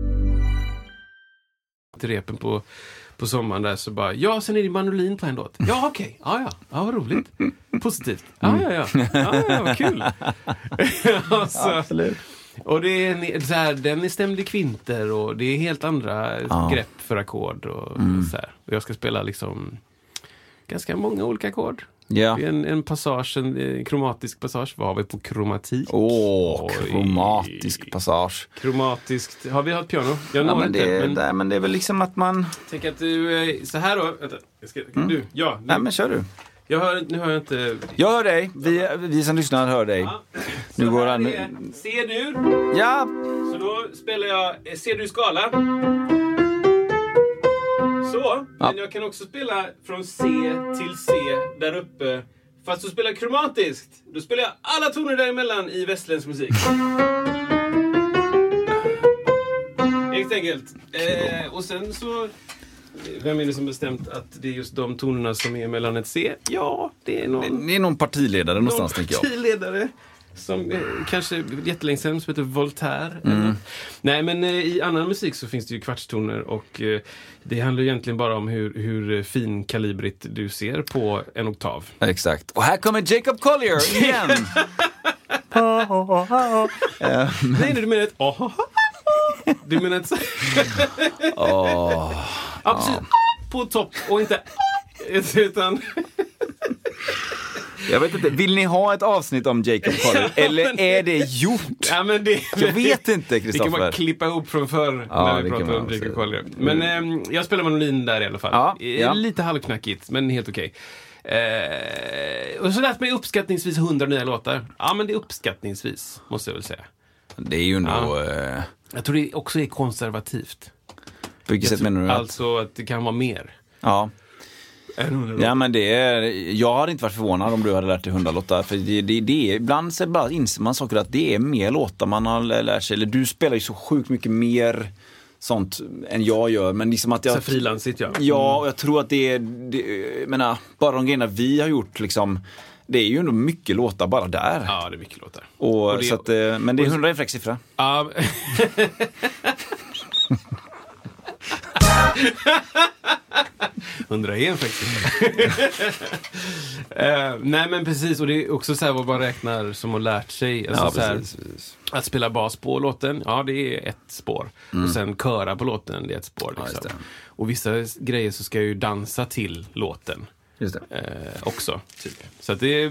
Till repen på, på sommaren där så bara, ja, sen är det mandolin på en låt. Ja, okej. Okay. Ja, ja. Ja, vad roligt. Positivt. Ja, ja, ja. Ja, ja, vad kul. så, Absolut. Och det är så här, den är stämd i kvinter och det är helt andra ja. grepp för ackord och mm. så här. Och jag ska spela liksom ganska många olika ackord. Ja. En, en passage, en, en kromatisk passage. Vad har vi på kromatik? Åh, kromatisk passage. Kromatiskt. Har vi haft piano? Jag ja, men, inte, det, men... Där, men det är väl liksom att man... Tänk att du, så här då. Vänta, jag ska, mm. du, ja. Nu. Nej, men kör du. Jag hör, nu hör jag inte... Jag hör dig. Vi, vi som lyssnar hör dig. Ja. Nu går han... Är C-dur. Ja. Så då spelar jag C-dur-skala. Så. Ja. Men jag kan också spela från C till C där uppe. Fast du spelar kromatiskt. Då spelar jag alla toner däremellan i västländsk musik. Helt enkelt. Eh, och sen så... Vem är det som bestämt att det är just de tonerna som är mellan ett C? Ja, det är någon... Det är någon partiledare någon någonstans, tänker jag. partiledare som eh, kanske jättelänge sedan som heter Voltaire. Mm. Eller. Nej, men eh, i annan musik så finns det ju kvartstoner och eh, det handlar ju egentligen bara om hur, hur finkalibrigt du ser på en oktav. Exakt. Och här kommer Jacob Collier igen. Nej, du menar ett... Oh, du menar ett... oh. Ja, precis. På topp och inte... utan... Jag vet inte, vill ni ha ett avsnitt om Jacob Collier? Eller är det gjort? Ja, men det, jag vet inte, Kristoffer. Vi kan bara klippa ihop från förr ja, när vi pratar om Jacob Collier. Men mm. eh, jag spelar mandolin där i alla fall. Ja, ja. Lite halvknackigt, men helt okej. Eh, och så lärt mig uppskattningsvis hundra nya låtar. Ja, men det är uppskattningsvis, måste jag väl säga. Det är ju ändå... Ja. Eh... Jag tror det också är konservativt. På vilket sätt menar du? Alltså att det kan vara mer. Ja. Ja, men det är, jag hade inte varit förvånad om du hade lärt dig hundra låtar. För det, det, det är, ibland så bara inser man saker att det är mer låtar man har lärt sig. Eller du spelar ju så sjukt mycket mer sånt än jag gör. Men liksom att jag... Så frilansigt, ja. Ja, och jag tror att det är... Det, jag menar, bara de grejerna vi har gjort liksom... Det är ju ändå mycket låtar bara där. Ja, det är mycket låtar. Och, och det, så att, men det är hundra en fräck siffra. Ja. Hundra är en faktiskt. uh, nej, men precis. Och det är också så här vad man räknar som har lärt sig. Alltså, ja, så här, precis, precis. Att spela bas på låten, ja, det är ett spår. Mm. Och sen köra på låten, det är ett spår. Liksom. Ja, och vissa grejer så ska jag ju dansa till låten. Just det. Uh, också, typ. Så att det är...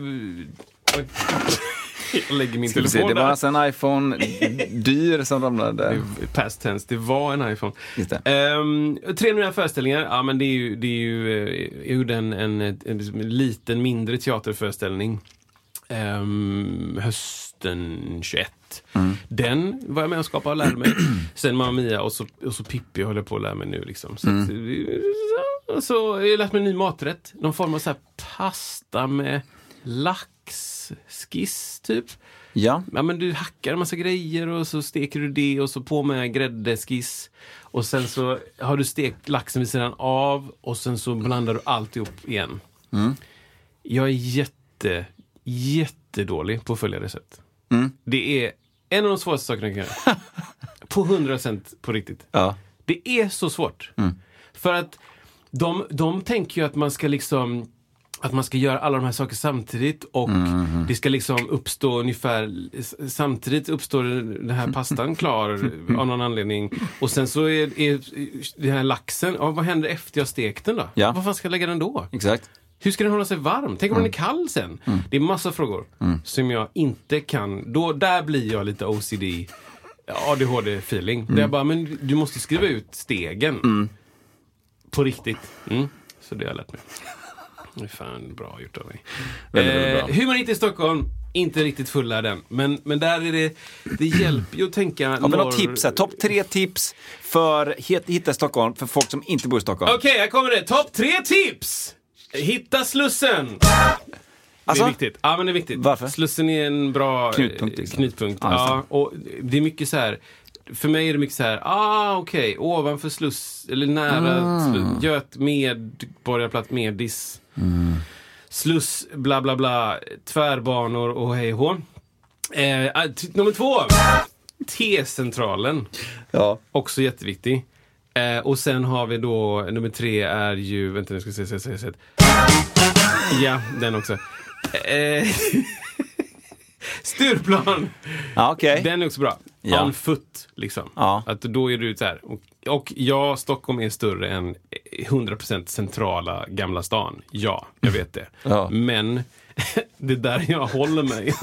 Jag lägger min telefon se, det där. var alltså en iPhone dyr som ramlade där. Past tense, det var en iPhone. Just det. Um, tre nya föreställningar. Ja, men det är ju, det är ju jag gjorde en, en, en, en liten, mindre teaterföreställning um, hösten tjugoett. Mm. Den var jag med och skapade och lärde mig. Sen Mamma Mia och så, och så Pippi håller på att lära mig nu liksom. Så, mm. så, så jag har lärt mig en ny maträtt. Någon form av så här pasta med lax skiss typ. Ja. Ja, men du hackar en massa grejer och så steker du det och så på med gräddeskiss. Och sen så har du stekt laxen vid sidan av och sen så blandar du alltihop igen. Mm. Jag är jätte, jättedålig på att följa recept. Mm. Det är en av de svåraste sakerna jag kan göra. På hundra procent på riktigt. Ja. Det är så svårt. Mm. För att de, de tänker ju att man ska liksom att man ska göra alla de här sakerna samtidigt och mm. det ska liksom uppstå ungefär samtidigt uppstår den här pastan klar av någon anledning och sen så är, är den här laxen, ja, vad händer efter jag stekt den då? Ja. Vad fan ska jag lägga den då? Exakt. Hur ska den hålla sig varm? Tänk om mm. den är kall sen. Mm. Det är massa frågor mm. som jag inte kan. Då, där blir jag lite O C D A D H D-feeling. Mm. Där jag bara, men du måste skriva ut stegen. Mm. På riktigt. Mm. Så det har jag lärt mig. Det är fan bra gjort av mig. Eh, hur man inte i Stockholm, inte riktigt fulla den. Men, men där är det, det hjälper ju att tänka. Ja, men norr... något tips här. Topp tre tips för att hitta Stockholm för folk som inte bor i Stockholm. Okej, okay, här kommer det. Topp tre tips! Hitta Slussen. Alltså? Det är viktigt. Ja, men det är viktigt. Varför? Slussen är en bra knutpunkt. Liksom. knutpunkt. Ja, ja, och det är mycket så här. För mig är det mycket så här. Ah, okej. Okay, ovanför Sluss eller nära mm. Sluss, Göt med Borgarplatt med diss. Mm. Sluss bla bla bla. Tvärbanor och hej hå. Eh, t- nummer två. T-centralen. Ja. Också jätteviktig. Eh, och sen har vi då nummer tre är ju vänta nu ska jag se se se. Ja, den också. Eh, Stureplan. Ja, okej. Okay. Den är också bra. Ja. On foot liksom. Ja. Att då är du så här och, och ja, Stockholm är större än hundra procent centrala Gamla stan. Ja, jag vet det. Ja. Men det där jag håller mig.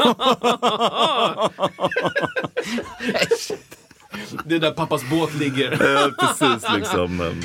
Det där pappas båt ligger. Ja, precis liksom. Men,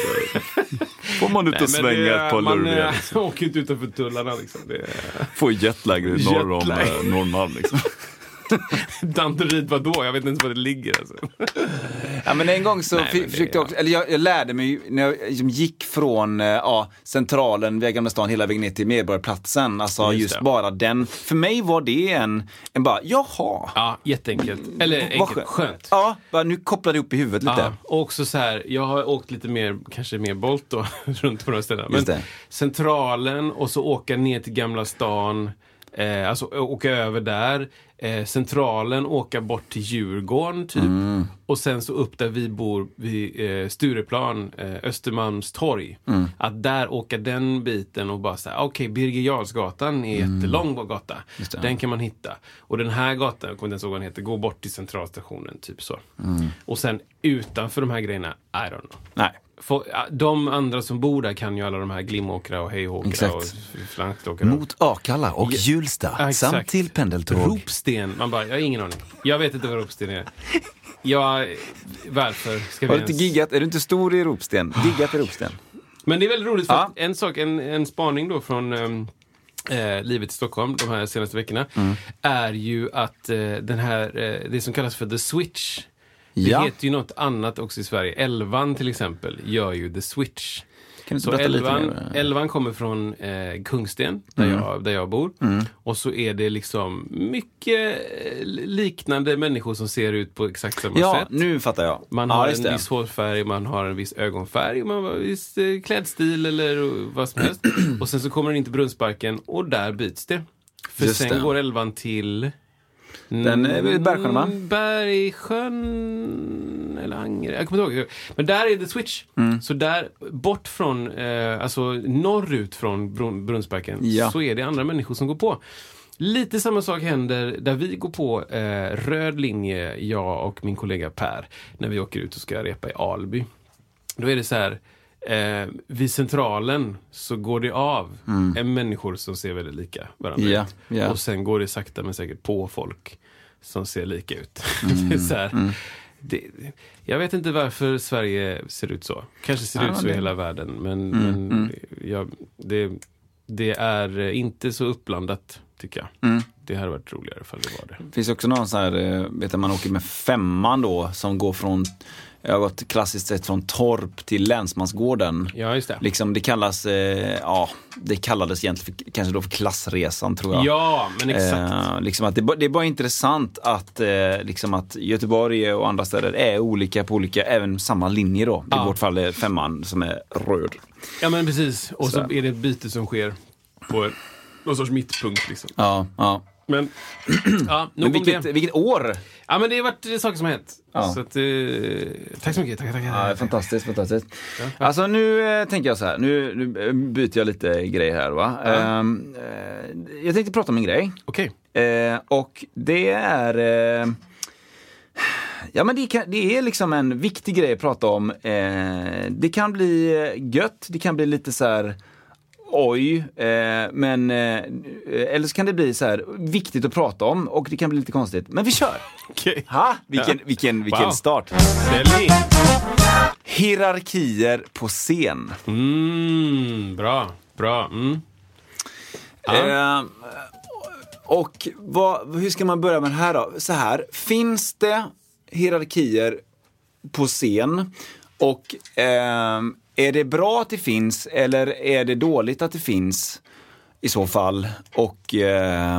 får man ut och svänga ett par lurviga. Man liksom. Åker inte utanför tullarna liksom. Det... Får jetlag norr om äh, Norrmalm liksom. Danderyd, vadå? Jag vet inte var det ligger alltså. Ja, men en gång så Nej, f- försökte jag också, eller jag, jag lärde mig när jag liksom gick från ja, centralen via Gamla stan hela vägen ner till Medborgarplatsen, alltså just, just bara den. För mig var det en, en bara, jaha. Ja, jätteenkelt. Eller enkelt, skönt. skönt. Ja, bara nu kopplade jag upp i huvudet lite. Ja, och också så här, jag har åkt lite mer, kanske mer Bolt då, runt på de ställena. Men centralen och så åka ner till Gamla stan, eh, alltså åka över där. Eh, centralen, åka bort till Djurgården typ mm. och sen så upp där vi bor vid eh, Stureplan, eh, Östermalmstorg mm. att där åka den biten och bara säga okej, okay, Birger Jarlsgatan är mm. jättelång gata, den kan man hitta och den här gatan, jag kommer inte ens ihåg vad den heter, gå bort till centralstationen typ så mm. och sen utanför de här grejerna, I don't know. Nej. För, de andra som bor där kan ju alla de här Glimåkra och Hejåkra och Flankåkra. Mot Akalla och Hjulsta ja, samt till pendeltåg. Ropsten, man bara, jag har ingen aning. Jag vet inte vad Ropsten är. Jag, varför ska vi Har du inte giggat? Är du inte stor i Ropsten? Giggat i Ropsten. Men det är väldigt roligt för ja. att en sak, en, en spaning då från um, eh, livet i Stockholm de här senaste veckorna mm. är ju att eh, den här, eh, det som kallas för The Switch. Det ja. heter ju något annat också i Sverige. Elvan till exempel gör ju The Switch. Kan du så elvan, elvan kommer från eh, Kungsten, där, mm. jag, där jag bor. Mm. Och så är det liksom mycket liknande människor som ser ut på exakt samma ja, sätt. Ja, nu fattar jag. Man ja, har en viss hårfärg, man har en viss ögonfärg, man har en viss eh, klädstil eller vad som helst. Och sen så kommer den in till Brunnsparken och där byts det. För just sen det. går elvan till... Den är vid Bergsjön, va? Bergsjön eller Angre, jag kommer inte ihåg. Men där är det Switch. Mm. Så där bort från, eh, alltså norrut från Brun- Brunnsparken ja. så är det andra människor som går på. Lite samma sak händer där vi går på eh, röd linje, jag och min kollega Per, när vi åker ut och ska repa i Alby. Då är det så här, eh, vid centralen så går det av mm. en människor som ser väldigt lika varandra yeah, ut. yeah. Och sen går det sakta men säkert på folk som ser lika ut. Mm. Det är så här, mm. det, jag vet inte varför Sverige ser ut så. Kanske ser ja, ut så det. i hela världen. Men, mm, men mm. Jag, det, det är inte så uppblandat tycker jag. Mm. Det hade varit roligare ifall det var det. Det finns också någon sån här, vet du, man åker med femman då, som går från, jag har gått klassiskt sett från Torp till Länsmansgården. Ja, just det. Liksom det kallas, eh, ja, det kallades egentligen för, kanske då för klassresan, tror jag. Ja, men exakt. Eh, liksom att det, det är bara intressant att, eh, liksom att Göteborg och andra städer är olika på olika, även samma linje då. Ja. I vårt fall är femman som är röd. Ja, men precis. Och så, så är det ett byte som sker på någon sorts mittpunkt liksom. Ja, ja. Men, ja, men vilket, vilket år? Ja, men det har varit saker som har hänt. Ja. Så att, eh, tack så mycket. Tack, tack, tack. Ja, fantastiskt, fantastiskt. Ja, ja. Alltså nu eh, tänker jag så här, nu, nu byter jag lite grejer här, va? Ja. Ehm, eh, jag tänkte prata om en grej. Okej. Eh, och det är... Eh, ja, men det, kan, det är liksom en viktig grej att prata om. Eh, det kan bli gött, det kan bli lite så här... Oj, eh, men eh, eller så kan det bli så här viktigt att prata om och det kan bli lite konstigt. Men vi kör. Okej. Ha, vilken Ja. vilken vilken Wow. start. Ställ in. Hierarkier på scen. Mm, bra, bra. Mm. Eh, och vad, hur ska man börja med det här då? Så här, finns det hierarkier på scen och eh, är det bra att det finns eller är det dåligt att det finns i så fall? Och eh,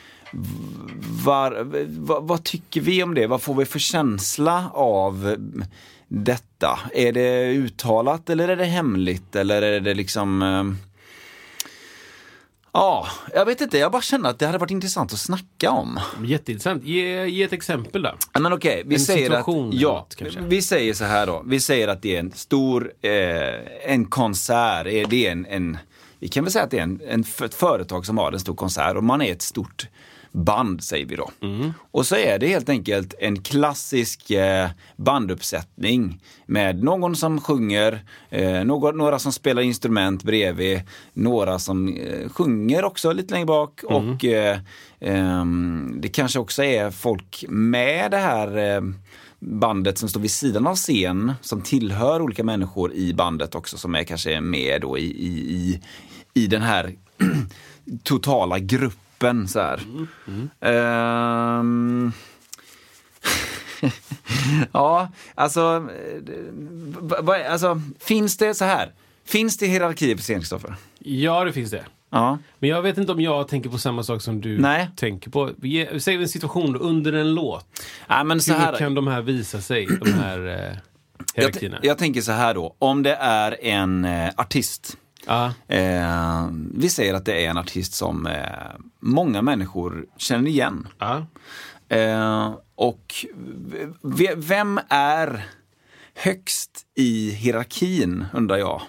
var, vad, vad tycker vi om det? Vad får vi för känsla av detta? Är det uttalat eller är det hemligt? Eller är det liksom... Eh, ja, jag vet inte. Jag bara känner att det hade varit intressant att snacka om. Jätteintressant. Ge, ge ett exempel då. Men okej, vi En säger att situation ja, något, kanske. vi säger så här då. Vi säger att det är en stor eh, en konsert. Eh, Det är en, en vi kan väl säga att det är en, en, ett företag som har en stor konsert och man är ett stort band, säger vi då. Mm. Och så är det helt enkelt en klassisk eh, banduppsättning med någon som sjunger, eh, några, några som spelar instrument bredvid, några som eh, sjunger också lite längre bak Mm. och eh, eh, det kanske också är folk med det här eh, bandet som står vid sidan av scen som tillhör olika människor i bandet också som är kanske med då i, i, i, i den här totala gruppen så här. Mm. Mm. Ehm. Ja, alltså, v- v- alltså finns det så här? Finns det hierarkier på scen, Kristoffer? Ja, det finns det. Ja. Men jag vet inte om jag tänker på samma sak som du Nej. tänker på. Ge- Säg en situation då, under en låt. Ja, men så Hur här, kan de här visa sig, de här eh, jag, hierarkierna? t- jag tänker så här då, om det är en eh, artist. Ja. Eh, vi säger att det är en artist som eh, många människor känner igen. Ja. Eh, och v- vem är högst i hierarkin, undrar jag.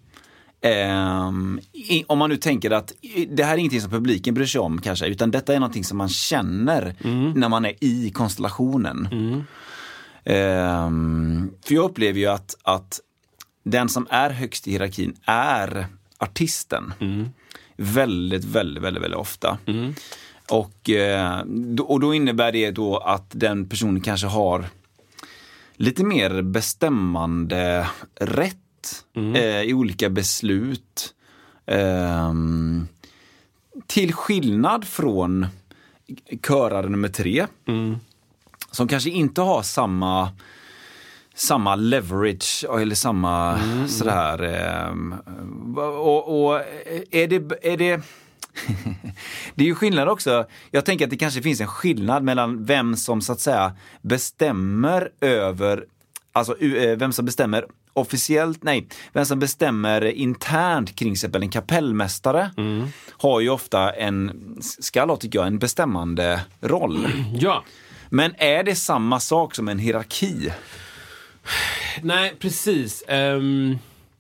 Eh, i, om man nu tänker att det här är ingenting som publiken bryr sig om kanske, utan detta är någonting som man känner Mm. när man är i konstellationen. Mm. Eh, för jag upplever ju att, att den som är högst i hierarkin är artisten. Mm. Väldigt, väldigt, väldigt, väldigt ofta. Mm. Och, eh, då- och då innebär det då att den personen kanske har lite mer bestämmande rätt Mm. eh, i olika beslut. Ehm, till skillnad från körare nummer tre Mm. som kanske inte har samma samma leverage eller samma Mm. sådär ehm, och, och är det är det det är ju skillnad också. Jag tänker att det kanske finns en skillnad mellan vem som så att säga bestämmer över, alltså eh, vem som bestämmer officiellt, nej, vem som bestämmer internt kring exempel en kapellmästare Mm. har ju ofta en, ska ha tycker jag, en bestämmande roll. Ja. Men är det samma sak som en hierarki? Nej, precis. Ehm,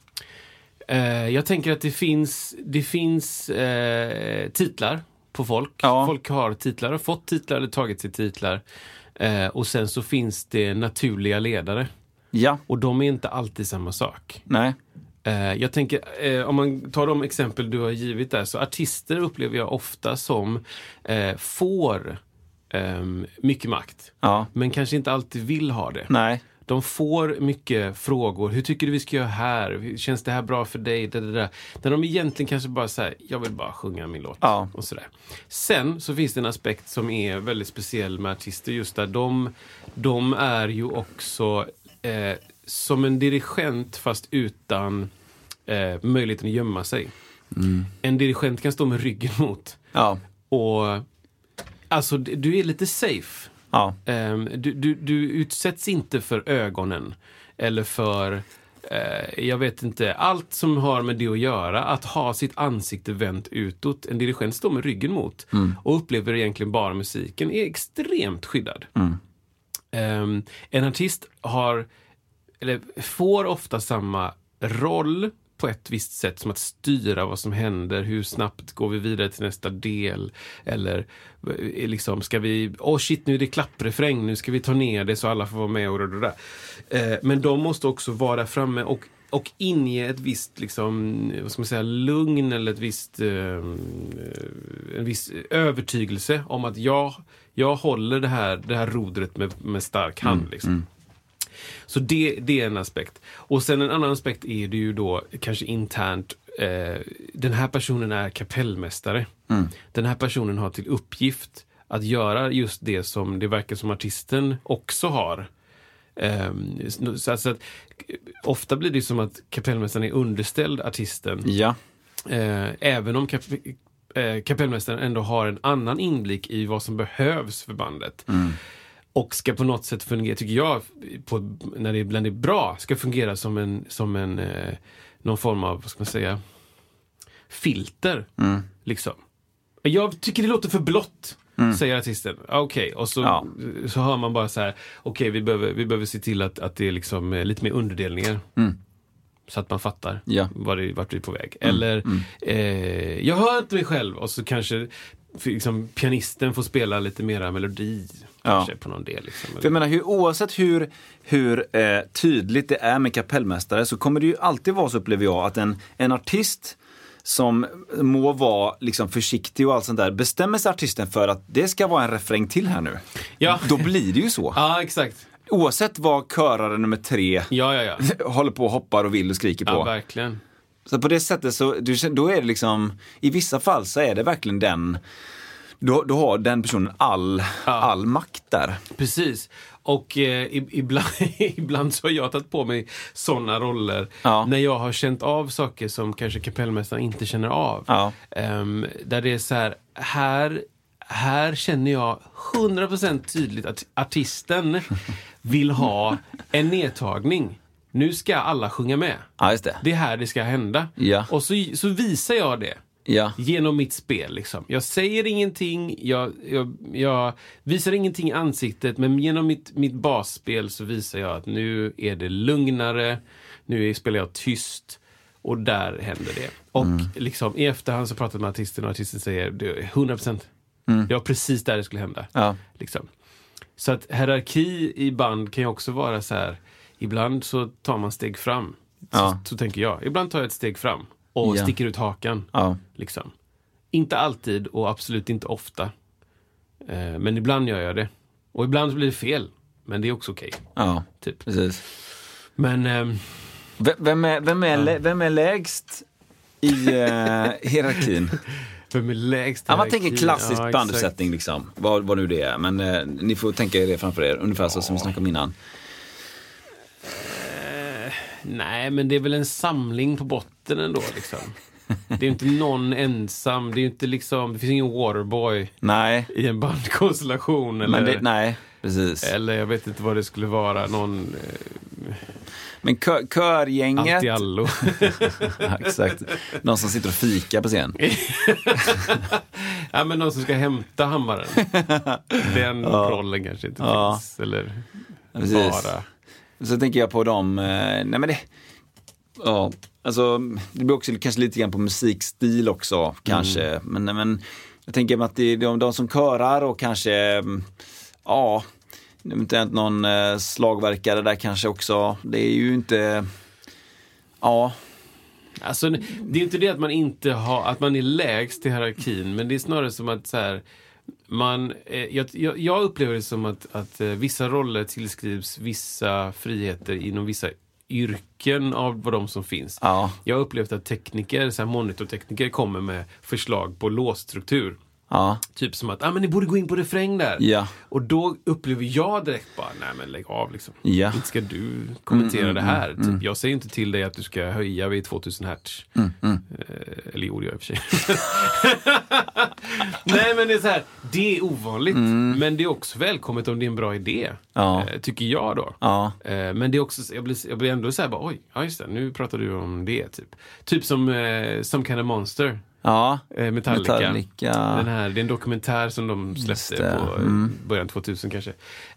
eh, jag tänker att det finns, det finns eh, titlar på folk. Ja. Folk har titlar och fått titlar eller tagit sig titlar. Eh, och sen så finns det naturliga ledare. Ja, Och de är inte alltid samma sak. nej. Eh, jag tänker, eh, om man tar de exempel du har givit där, så artister upplever jag ofta som eh, får ehm, mycket makt. Ja, Men kanske inte alltid vill ha det. nej. De får mycket frågor. Hur tycker du vi ska göra här? Känns det här bra för dig? Det, det, det. När de egentligen kanske bara säger, jag vill bara sjunga min låt. Ja. Och sådär. Sen så finns det en aspekt som är väldigt speciell med artister. Just där de, de är ju också eh, som en dirigent fast utan eh, möjligheten att gömma sig. Mm. En dirigent kan stå med ryggen mot. Ja. Och alltså du är lite safe. Ja. Um, du, du, du utsätts inte för ögonen eller för uh, jag vet inte, allt som har med det att göra, att ha sitt ansikte vänt utåt. En dirigent står med ryggen mot mm. och upplever egentligen bara musiken, är extremt skyddad. Mm. Um, en artist har eller får ofta samma roll på ett visst sätt, som att styra vad som händer, hur snabbt går vi vidare till nästa del, eller liksom ska vi, åh oh shit, nu är det klapprefräng, nu ska vi ta ner det så alla får vara med och det där. Eh, men de måste också vara där framme och, och inge ett visst liksom, vad ska man säga, lugn eller ett visst eh, en viss övertygelse om att jag, jag håller det här, det här rodret med, med stark hand mm, liksom. Mm. Så det, det är en aspekt. Och sen en annan aspekt är det ju då kanske internt. Eh, den här personen är kapellmästare. Mm. Den här personen har till uppgift att göra just det som det verkar som artisten också har. Eh, så att, så att, ofta blir det som att kapellmästaren är underställd artisten. Ja. Eh, även om kap, eh, kapellmästaren ändå har en annan inblick i vad som behövs för bandet. Mm. Och ska på något sätt fungera, tycker jag, på, när det ibland är bra, ska fungera som en, som en eh, någon form av, vad ska man säga, filter. Mm. Liksom. Jag tycker det låter för blått, mm. säger artisten. Okej, okay. Och så, ja. så hör man bara så här, okej, okay, vi, behöver, vi behöver se till att, att det är liksom lite mer underdelningar. Mm. Så att man fattar ja. var det, vart vi är på väg. Mm. Eller, mm. Eh, jag hör inte mig själv, och så kanske liksom, pianisten får spela lite mera melodi. Kanske ja. på någon del. Liksom. För jag menar, hur, oavsett hur, hur eh, tydligt det är med kapellmästare, så kommer det ju alltid vara, så upplever jag, att en, en artist som må vara liksom försiktig och allt sånt där, bestämmer sig artisten för att det ska vara en refräng till här nu. Ja. Då blir det ju så. Ja, exakt. Oavsett vad körare nummer tre ja, ja, ja. håller på och hoppar och vill och skriker på. Ja, verkligen. Så på det sättet så, då är det liksom, i vissa fall så är det verkligen den, då, då har den personen all, ja. all makt där. Precis. Och eh, ibland, ibland så har jag tagit på mig sådana roller ja. när jag har känt av saker som kanske kapellmästaren inte känner av. Ja. Um, där det är så här, här, här känner jag hundra procent tydligt att artisten vill ha en nedtagning. Nu ska alla sjunga med. Ja, just det. Det är här det ska hända. Ja. Och så, så visar jag det. Ja. Genom mitt spel liksom. Jag säger ingenting, jag, jag, jag visar ingenting i ansiktet, men genom mitt, mitt basspel så visar jag att nu är det lugnare, nu spelar jag tyst, och där händer det. Och mm. liksom i efterhand så pratar jag med artisten, och artisten säger det är hundra procent. Mm. Det var precis där det skulle hända. Ja. Liksom. Så att hierarki i band kan ju också vara så här, ibland så tar man steg fram. Ja. Så, så tänker jag. Ibland tar jag ett steg fram och ja. sticker ut hakan. Ja. Liksom. Inte alltid och absolut inte ofta. Eh, men ibland gör jag det. Och ibland blir det fel. Men det är också okej. Okay. Ja, typ. Precis. Men... Ehm, v- vem, är, vem, är, ja. vem är lägst i uh, hierarkin? Vem är lägst i ja, man tänker klassisk ja, banduppsättning liksom. Vad, vad nu det är. Men uh, ni får tänka er det framför er. Ungefär så ja. som vi snackade om innan. Nej, men det är väl en samling på botten ändå liksom. Det är ju inte någon ensam. Det är ju inte liksom, det finns ingen Waterboy nej. i en bandkonstellation eller, men det, nej, precis. Eller jag vet inte vad det skulle vara. Någon eh, men kö, körgänget allt i allo. Ja, exakt. Någon som sitter och fikar på scen. Ja, men någon som ska hämta hammaren. Den ja. rollen kanske inte ja. finns. Eller precis. bara... Så tänker jag på dem, eh, nej men det, ja, alltså det blir också kanske lite grann på musikstil också, kanske, mm. men, men jag tänker att det är de, de som körar och kanske, ja, inte någon eh, slagverkare där kanske också, det är ju inte, ja. Alltså det är inte det att man inte har, att man är lägst i hierarkin, men det är snarare som att så här, man, eh, jag, jag, jag upplever det som att, att eh, vissa roller tillskrivs vissa friheter inom vissa yrken av vad de som finns. Ja. Jag har upplevt att tekniker, så här monitortekniker kommer med förslag på låsstruktur. Ja. Typ som att, ah, men ni borde gå in på refräng där. Ja. Och då upplever jag direkt bara, nej men lägg av liksom. Ja. Inte ska du kommentera Mm, det mm, här. mm. Typ, jag säger inte till dig att du ska höja vid tvåtusen hertz. Mm, mm. Eh, eller gjorde jag i och för sig. Nej men det är så här, det är ovanligt. Mm. Men det är också välkommet om det är en bra idé. Ja. Eh, tycker jag då. Ja. Eh, men det är också, jag blir, jag blir ändå så här, bara, oj, ja just det, nu pratar du om det typ. Typ som eh, Some Kind of Monster. Ja, Eh, Metallica. Metallica. Den här, det är en dokumentär som de släppte det. på Mm. början tvåtusen kanske.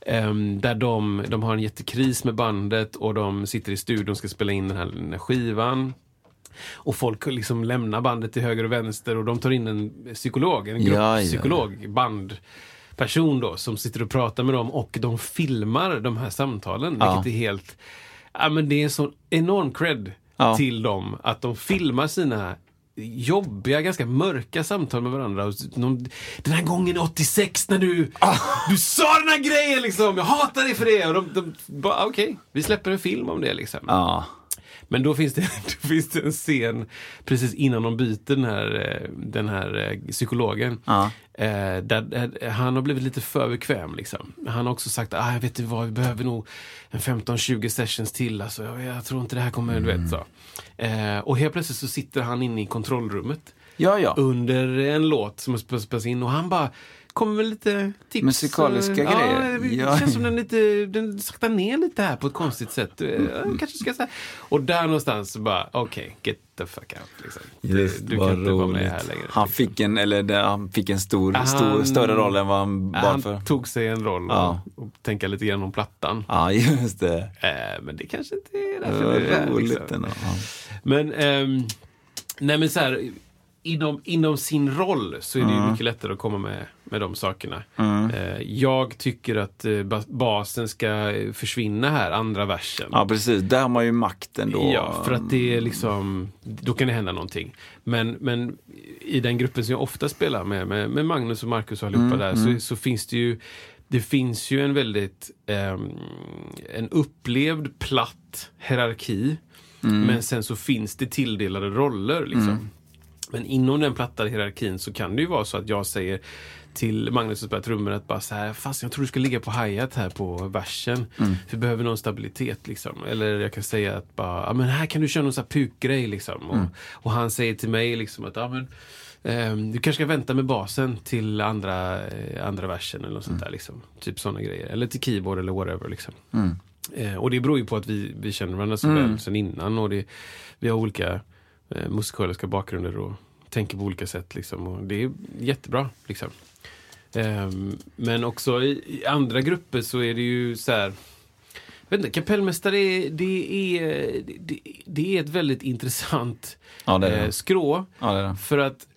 Um, där de, de har en jättekris med bandet och de sitter i studion och ska spela in den här, den här skivan. Och folk liksom lämnar bandet till höger och vänster och de tar in en psykolog, en grupppsykolog, ja, ja, ja. bandperson då, som sitter och pratar med dem och de filmar de här samtalen, ja. vilket är helt, ja men det är en sån enorm cred ja. till dem att de filmar sina jobbiga, ganska mörka samtal med varandra. Och någon, den här gången åttiosex när du ah. du sa den här grejen liksom, jag hatar dig för det. Och de, de bara, okej, okay, vi släpper en film om det liksom. Ah. Men då finns, det, då finns det en scen precis innan de byter den här, den här psykologen. Ah. Eh, där, han har blivit lite för bekväm liksom. Han har också sagt, ah, jag vet inte vad, vi behöver nog en femton tjugo sessions till. Alltså, jag, jag tror inte det här kommer, mm. du vet så. Eh, och helt plötsligt så sitter han inne i kontrollrummet. Ja, ja. Under en låt som har spelats in och han bara kommer väl lite tips. Musikaliska uh, grejer. Ja, det ja. känns som den lite, den saktar ner lite här på ett konstigt sätt. Mm. Kanske ska säga. Och där någonstans så bara, okej, okay, get the fuck out. Liksom. Just, du du kan inte vara med här längre. Han fick en, eller det, han fick en stor, han, stor, större roll än vad han var han för. Han tog sig en roll ja. och, och tänka lite grann om plattan. Ja, just det. Eh, men det kanske inte är därför det är. Roligt liksom. ja. Men, ehm, nej men så här, Inom, inom sin roll så är det ju mm. mycket lättare att komma med, med de sakerna. Mm. Eh, jag tycker att eh, basen ska försvinna här, andra versen. Ja, precis. Där har man ju makten då. Ja, för att det är liksom, då kan det hända någonting. Men, men i den gruppen som jag ofta spelar med, med, med Magnus och Marcus och allihopa mm. där, mm. Så, så finns det ju, det finns ju en väldigt, eh, en upplevd platt hierarki. Mm. Men sen så finns det tilldelade roller liksom. Mm. Men inom den platta hierarkin så kan det ju vara så att jag säger till Magnus som spelar trummor att bara så här, fast jag tror du ska ligga på hi-hat här på versen. Mm. För vi behöver någon stabilitet liksom. Eller jag kan säga att bara, ja men här kan du köra någon sån här pukgrej liksom. Och, mm. och han säger till mig liksom att, ja men eh, du kanske ska vänta med basen till andra, eh, andra versen eller något sånt mm. där liksom. Typ sådana grejer. Eller till keyboard eller whatever liksom. Mm. Eh, och det beror ju på att vi, vi känner varandra så mm. väl sen innan och det, vi har olika Eh, musikaliska bakgrunder och tänker på olika sätt liksom, och det är jättebra liksom. Eh, men också i, i andra grupper så är det ju så här, vet inte, kapellmästare är, det är det, det är ett väldigt intressant ja, det är det. Eh, skrå ja, det är det. För att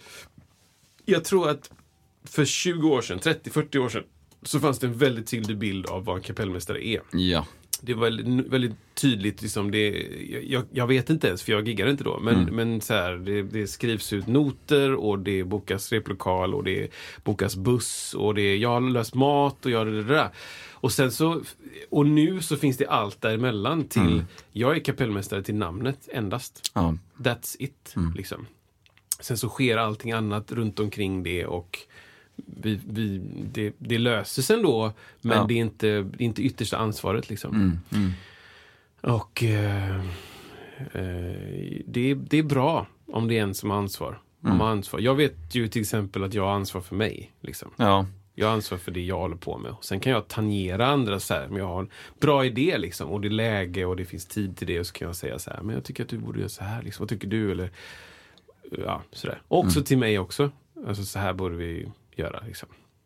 jag tror att för tjugo år sedan, trettio fyrtio år sedan så fanns det en väldigt tydlig bild av vad en kapellmästare är. Ja. Det var väldigt, väldigt tydligt liksom det, jag, jag vet inte ens för jag giggade inte då men, mm. men så här, det, det skrivs ut noter och det bokas replokal och det bokas buss och det, jag har löst mat och jag det, det där. Och sen så och nu så finns det allt däremellan till mm. jag är kapellmästare till namnet endast. Mm. That's it mm. liksom. Sen så sker allting annat runt omkring det och Vi, vi, det, det löser sig ändå men ja. det, är inte, det är inte yttersta ansvaret liksom. Mm, mm. Och eh, eh, det, det är bra om det är en som har ansvar. Mm. Om har ansvar. Jag vet ju till exempel att jag har ansvar för mig liksom. Ja. Jag har ansvar för det jag håller på med. Och sen kan jag tangera andra så här, men jag har en bra idé liksom, och det är läge och det finns tid till det och så kan jag säga så här, men jag tycker att du borde göra så här liksom. Vad tycker du? Eller ja, sådär. Och också mm. till mig också. Alltså så här borde vi göra liksom.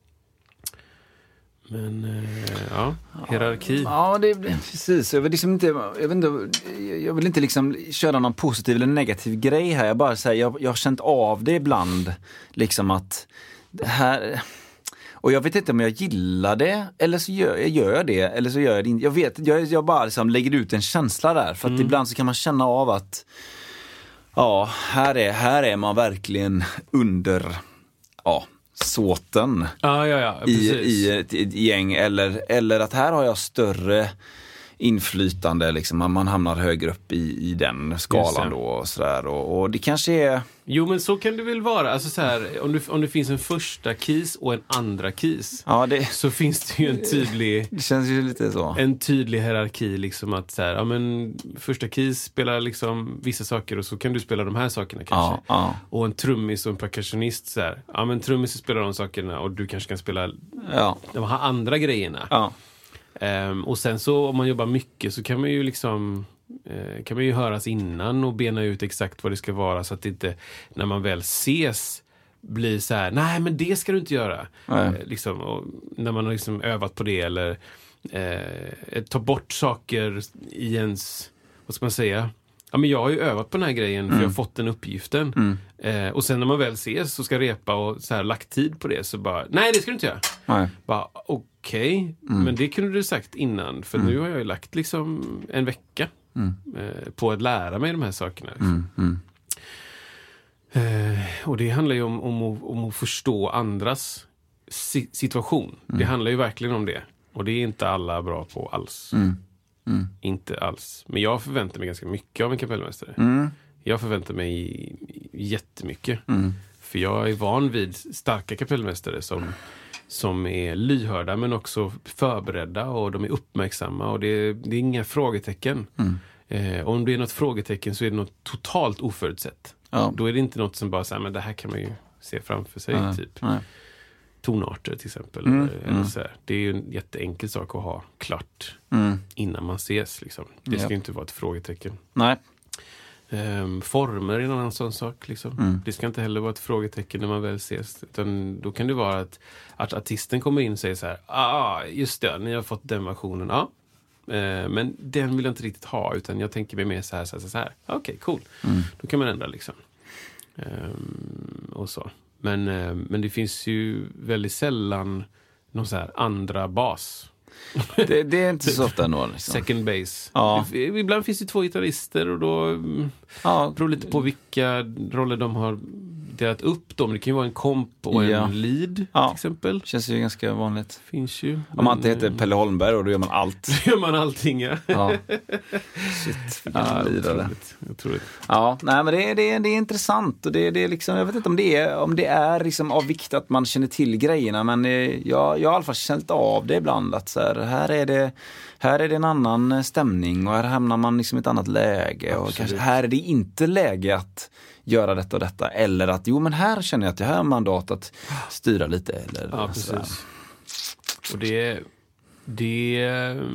Men eh, ja, hierarki. Ja, det precis. Jag vill liksom inte jag vet inte jag vill inte liksom köra någon positiv eller negativ grej här. Jag bara säger jag jag har känt av det ibland liksom att det här och jag vet inte om jag gillar det eller så gör jag, gör jag det eller så gör jag det inte. Jag vet jag jag bara liksom lägger ut en känsla där för att mm. ibland så kan man känna av att ja, här är här är man verkligen under ja såten ja, ja, ja, i, i ett, ett gäng. Eller, eller att här har jag större inflytande, liksom, man, man hamnar högre upp i, i den skalan då och sådär. Och, och det kanske är... Jo, men så kan det väl vara. Alltså så här, om, det, om det finns en första keys och en andra keys, ja, det... så finns det ju en tydlig... Det känns ju lite så. En tydlig hierarki, liksom att så här, ja men första keys spelar liksom vissa saker och så kan du spela de här sakerna kanske. Ja, ja. Och en trummis och en percussionist så här, ja men trummis spelar de sakerna och du kanske kan spela ja. de här andra grejerna. Ja. Um, och sen så om man jobbar mycket så kan man ju liksom uh, kan man ju höras innan och bena ut exakt vad det ska vara så att det inte, när man väl ses, blir så här, nej men det ska du inte göra. Uh, liksom, och när man har liksom övat på det eller uh, ta bort saker i ens, vad ska man säga? Ja, men jag har ju övat på den här grejen för mm. jag har fått den uppgiften. Mm. Eh, och sen när man väl ses så ska repa och så här lagt tid på det så bara, nej det ska du inte göra. Nej. Bara, okej, okay, mm. men det kunde du sagt innan. För mm. nu har jag ju lagt liksom en vecka mm. eh, på att lära mig de här sakerna. Liksom. Mm. Mm. Eh, och det handlar ju om, om, att, om att förstå andras si- situation. Mm. Det handlar ju verkligen om det. Och det är inte alla bra på alls. Mm. Mm. Inte alls. Men jag förväntar mig ganska mycket av en kapellmästare. Mm. Jag förväntar mig jättemycket. Mm. För jag är van vid starka kapellmästare som, som är lyhörda men också förberedda och de är uppmärksamma och det är, det är inga frågetecken. Mm. Eh, om det är något frågetecken så är det något totalt oförutsett. Ja. Då är det inte något som bara säger men det här kan man ju se framför sig. Nej. Typ. Nej. Tonarter till exempel. Mm, eller, mm. eller så här. Det är ju en jätteenkel sak att ha klart mm. innan man ses. Liksom. Det ska ja. ju inte vara ett frågetecken. Nej. Um, former är en annan sån sak. Liksom. Mm. Det ska inte heller vara ett frågetecken när man väl ses. Utan då kan det vara att, att artisten kommer in och säger så här, ah, just det, ni har fått den versionen. Ja. Uh, men den vill jag inte riktigt ha, utan jag tänker mig mer så här, så här, så här. Okej, okay, cool. Mm. Då kan man ändra liksom. Um, och så. Men, uh, men det finns ju väldigt sällan någon så här andra bas. Det, det är inte så ofta ändå. Liksom. Second base. Ja. Ibland finns det två gitarrister och då ja. beror lite på vilka roller de har delat upp dem. Det kan ju vara en komp och ja. en lead ja. till exempel. Känns ju ganska vanligt. Finns ju. Om man inte heter Pelle Holmberg och då gör man allt. Då gör man allting, ja. ja. Shit, ja, otroligt. otroligt. Ja, nej men det är, det är, det är intressant och det, det är liksom, jag vet inte om det är, om det är liksom av vikt att man känner till grejerna, men det, jag, jag har i alla fall känt av det ibland att så här, här är det här är det en annan stämning och här hamnar man liksom i ett annat läge och kanske, här är det inte läge att göra detta och detta, eller att jo men här känner jag att jag har mandat att styra lite eller ja, precis. Och det det,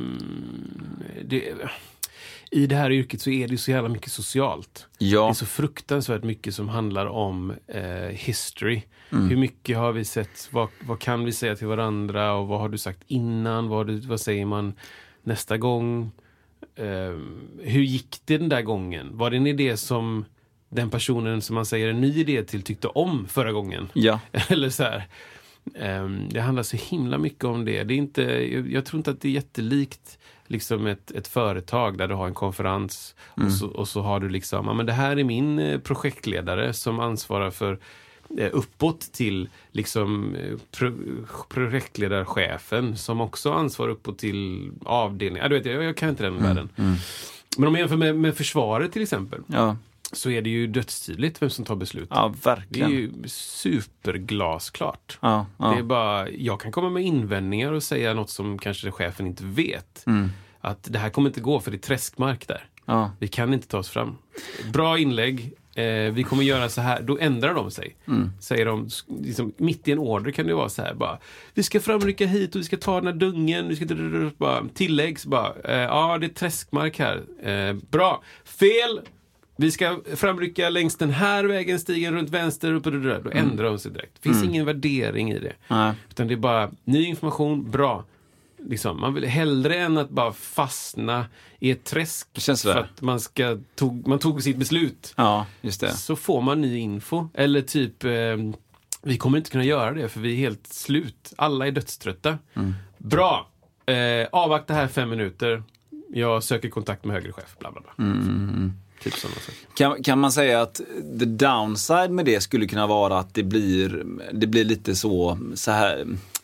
det i det här yrket så är det så jävla mycket socialt. Ja. Det är så fruktansvärt mycket som handlar om eh, history. Mm. Hur mycket har vi sett? Vad, vad kan vi säga till varandra? Och vad har du sagt innan? Vad, du, vad säger man nästa gång? Eh, hur gick det den där gången? Var det en idé som den personen som man säger en ny idé till tyckte om förra gången? Ja. Eller så här. Eh, det handlar så himla mycket om det. Det är inte, jag, jag tror inte att det är jättelikt liksom ett, ett företag där du har en konferens mm. och, så, och så har du liksom, ja men det här är min projektledare som ansvarar för eh, uppåt till liksom pro, projektledarchefen som också ansvarar uppåt till avdelning. Ja, du vet, jag, jag kan inte den mm. världen. Mm. Men om jag jämför med, med försvaret till exempel. Ja. Så är det ju dödstydligt vem som tar beslut. Ja, verkligen. Det är ju superglasklart. Ja, ja. Det är bara, jag kan komma med invändningar och säga något som kanske chefen inte vet. Mm. Att det här kommer inte gå för det är träskmark där. Ja. Vi kan inte ta oss fram. Bra inlägg. Eh, vi kommer göra så här. Då ändrar de sig. Mm. Säger de, liksom, mitt i en order kan det vara så här. Bara, vi ska framrycka hit och vi ska ta den här dungen. Vi ska bara, tillägg. Bara, eh, ja, det är träskmark här. Eh, bra. Fel. Vi ska framrycka längs den här vägen, stigen runt vänster, upp och där. Då ändrar de sig direkt. Det finns mm. ingen värdering i det. Nej. Utan det är bara ny information, bra. Liksom, man vill hellre än att bara fastna i ett träsk för att man, ska tog, man tog sitt beslut. Ja, just det. Så får man ny info. Eller typ, eh, vi kommer inte kunna göra det för vi är helt slut. Alla är dödströtta. Mm. Bra! Eh, avvakta här fem minuter. Jag söker kontakt med högre chef. Bla bla bla. Mm, mm, mm. Typ sådana saker. Kan, kan man säga att the downside med det skulle kunna vara att det blir, det blir lite så, så här...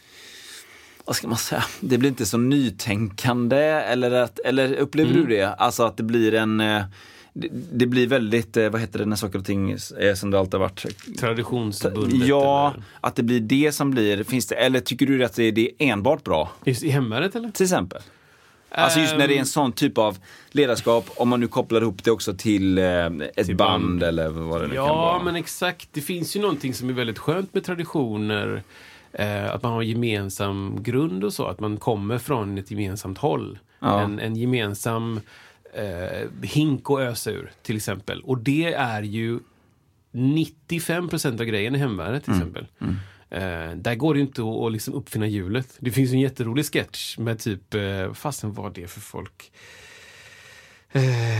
Vad ska man säga? Det blir inte så nytänkande, eller, att, eller upplever mm. du det? Alltså att det blir en... Det, det blir väldigt, vad heter det när saker och ting är som det alltid har varit? Traditionsbundet. Ja, eller? Att det blir det som blir... Finns det, eller tycker du att det är, det är enbart bra? Just i hemvärnet eller? Till exempel. Alltså just när det är en sån typ av ledarskap, om man nu kopplar ihop det också till eh, ett till band, band eller vad det nu ja, kan vara. Ja, men exakt. Det finns ju någonting som är väldigt skönt med traditioner. Eh, att man har en gemensam grund och så. Att man kommer från ett gemensamt håll. Ja. En, en gemensam eh, hink och ösa ur, till exempel. Och det är ju nittiofem procent av grejen i hemvärnet, till mm. exempel. Mm. Uh, där går det inte att, att liksom uppfinna hjulet. Det finns en jätterolig sketch med typ, uh, fastän vad det är för folk. Uh,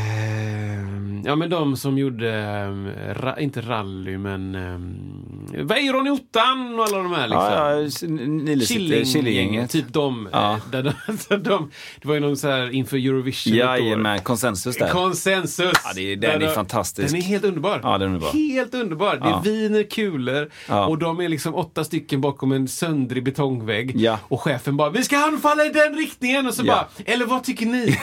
ja, men de som gjorde, um, ra, inte rally, men um, Weiron i Ottan och alla de här liksom. Ja, ja, Killing-gänget. Typ de, ja. uh, där de, där de. Det var ju någon så här inför Eurovision. Ja, med konsensus där. Konsensus. Ja, det är, den är fantastisk. Den är helt underbar. Ja, den är underbar. Helt underbar. Det är ja. viner, kulor ja. och de är liksom åtta stycken bakom en söndrig betongvägg. Ja. Och chefen bara, vi ska anfalla i den riktningen. Och så ja. bara, eller vad tycker ni?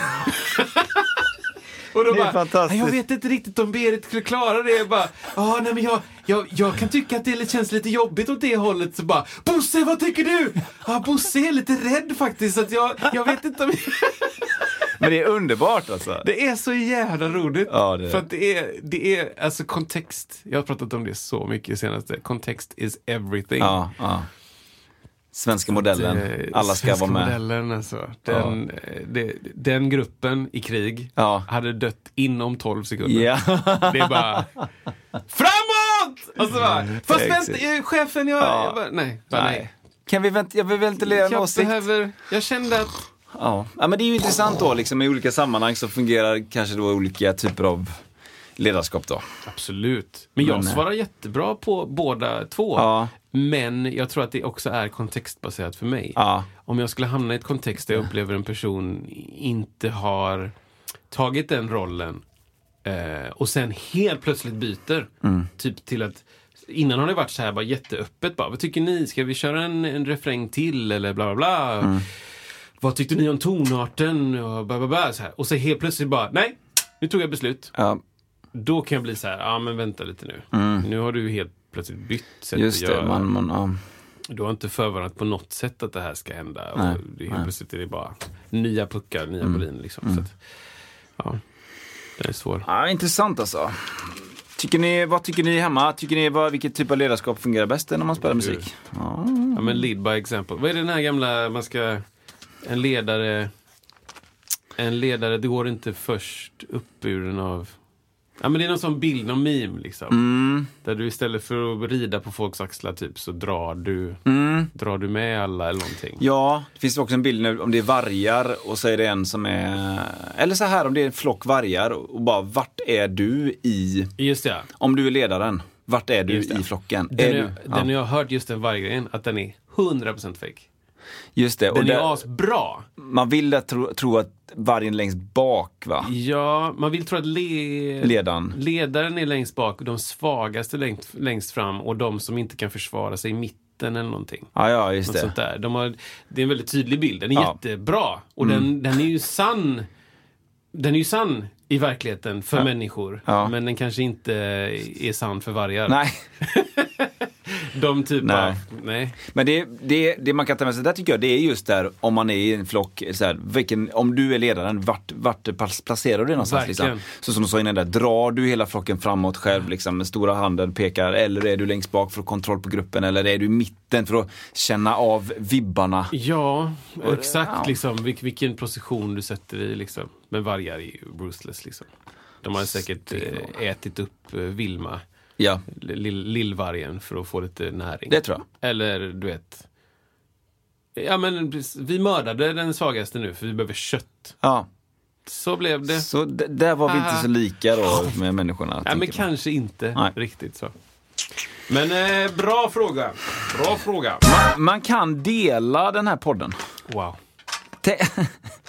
Och då bara, jag vet inte riktigt om Berit skulle klara det. Jag bara, ah, nej, men jag, jag, jag kan tycka att det känns lite jobbigt åt det hållet. Så bara, Bosse, vad tycker du? Ja, Bosse är lite rädd faktiskt. Att jag, jag vet inte om... Men det är underbart alltså. Det är så jävla roligt. Ja, det är. För att det är, det är, alltså kontext. Jag har pratat om det så mycket senaste. Kontext is everything. Ja, ja. Svenska modellen. Att, alla ska vara med. Modellen, alltså. Den, ja. det, den gruppen i krig ja. hade dött inom tolv sekunder. Ja. Det är bara framåt! Och så bara, fast vänta, chefen, jag, ja. jag bara, nej, bara, nej. nej. Kan vi vent- jag vill ventilera en åsikt? Behöver, jag kände att ja. ja, men det är ju intressant då, liksom i olika sammanhang så fungerar kanske då olika typer av ledarskap då. Absolut. Men jag men, svarar jättebra på båda två. Ja. Men jag tror att det också är kontextbaserat för mig. Ja. Om jag skulle hamna i ett kontext där jag upplever en person inte har tagit den rollen eh, och sen helt plötsligt byter. Mm. Typ till att innan har det varit så här bara jätteöppet. Bara, vad tycker ni? Ska vi köra en, en refräng till? Eller bla bla bla. Mm. Vad tyckte ni om tonarten? Och, bla bla bla, så här. Och så helt plötsligt bara, nej, nu tog jag beslut. Ja. Då kan jag bli så här, ja men vänta lite nu. Mm. Nu har du helt plötsligt bytt sätt just att det, göra. man, man, ja. Du har inte förvarnat på något sätt att det här ska hända. Nej, och det, helt nej. plötsligt är det bara nya puckar, nya mm. boliner liksom. Mm. Så att, ja, det är svårt. Ja, intressant alltså. Tycker ni, vad tycker ni hemma? Tycker ni vad, vilket typ av ledarskap fungerar bäst när man spelar musik? Ja. ja, men lead by example. Vad är det den här gamla, man ska, en ledare, en ledare, det går inte först uppburen av... Ja, men det är någon sån bild, någon meme liksom. Mm. Där du istället för att rida på folks axlar typ så drar du mm. drar du med alla eller någonting. Ja, det finns också en bild nu om det är vargar och så är det en som är... Eller så här om det är en flock vargar och bara vart är du i... Just det. Om du är ledaren, vart är du i flocken? Den, är är, du, den ja. jag har hört just den varggrejen att den är hundra procent fake. Just det. Den och är där, asbra. Man vill tro, tro att vargen längst bak, va? Ja, man vill tro att le... Ledan. ledaren är längst bak och de svagaste längst, längst fram och de som inte kan försvara sig i mitten eller någonting. Ja, ja, just Något det. sånt där. De har, det är en väldigt tydlig bild. Den är ja. jättebra. Och mm. den, den är ju sann. Den är ju sann i verkligheten för ja. människor. Ja. Men den kanske inte är sann för vargar. Nej. De typ nej. Bara, nej. Men det, det, det man kan ta med sig där tycker jag, det är just där om man är i en flock, så här, vilken, om du är ledaren, vart, vart placerar du det någonstans? Liksom? Så som du sa innan där, drar du hela flocken framåt själv liksom, med stora handen pekar, eller är du längst bak för att kontroll på gruppen, eller är du i mitten för att känna av vibbarna? Ja, exakt ja. liksom, vil, vilken position du sätter i liksom. Men vargar är ju ruthless liksom. De har säkert äh, ätit upp äh, Vilma. Ja. Lill, lillvargen för att få lite näring. Det tror jag. Eller du vet. Ja men vi mördade den svagaste nu för vi behöver kött. Ja. Så blev det. Så d- där var vi Aha. inte så lika då med människorna. Ja men man. kanske inte Nej. riktigt så. Men eh, bra fråga. Bra fråga. Man, man kan dela den här podden. Wow. Te-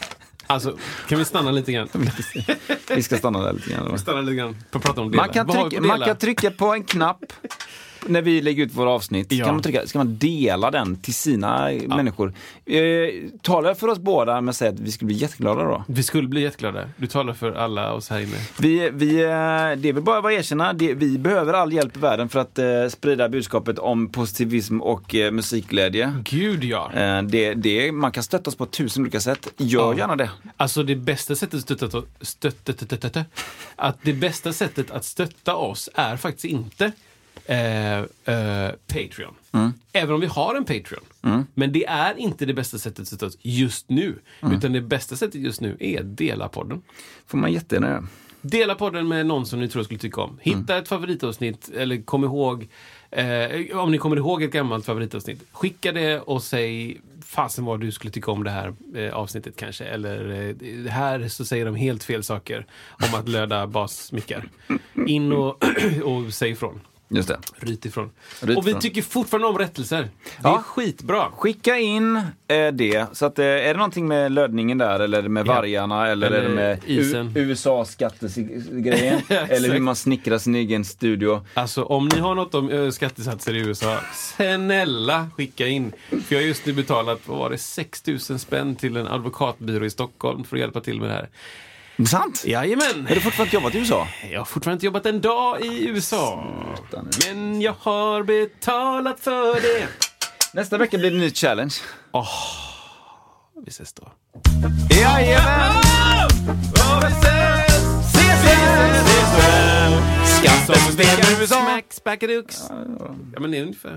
Alltså, kan vi stanna lite grann? Vi ska stanna där lite grann. Vi stannar lite grann på att prata om delar. Man kan, trycka, man kan trycka på en knapp när vi lägger ut våra avsnitt. Ja. Kan man trycka, ska man dela den till sina ja. människor. Eh, talar för oss båda men säger att vi skulle bli jätteglada då. Vi skulle bli jätteglada. Du talar för alla oss här inne. Vi, vi, det vill bara vara erkänna. Det, vi behöver all hjälp i världen för att eh, sprida budskapet om positivism och eh, musikglädje. Gud ja. Eh, det, det, man kan stötta oss på tusen olika sätt. Gör ja. gärna det. Alltså det bästa sättet att stötta, stötta, stötta, stötta att det bästa sättet att stötta oss är faktiskt inte eh, eh, Patreon. Mm. Även om vi har en Patreon. Mm. Men det är inte det bästa sättet att stötta oss just nu. Mm. Utan det bästa sättet just nu är att dela podden. Får man jättegärna göra. Dela podden med någon som ni tror skulle tycka om. Hitta mm. ett favoritavsnitt eller kom ihåg eh, om ni kommer ihåg ett gammalt favoritavsnitt. Skicka det och säg fasen vad du skulle tycka om det här eh, avsnittet kanske. Eller eh, här så säger de helt fel saker om att löda basmickar. In och, och säg ifrån. Just det. Ryt ifrån. Ryt och vi ifrån. tycker fortfarande om rättelser. Det ja. är skitbra. Skicka in eh, det. Så att, eh, är det någonting med lödningen där eller med ja. vargarna eller, eller är det med isen. U- U S A-skattegrejen eller hur man snickrar sin egen studio. Alltså om ni har något om ö, skattesatser i U S A, snälla skicka in. För jag har just nu betalat, vad var det, sex tusen spänn till en advokatbyrå i Stockholm för att hjälpa till med det här. Sant? Jajamän. Har du fortfarande inte jobbat i U S A? Jag har fortfarande inte jobbat en dag i U S A. Men jag har betalat för det. Nästa vecka blir det en ny challenge. Åh, oh, vi ses då. Jajamän! Och vi ses! Ses, ses, ses väl! Skattesystem i U S A! Smack, spackadux. Ja, men det är ungefär.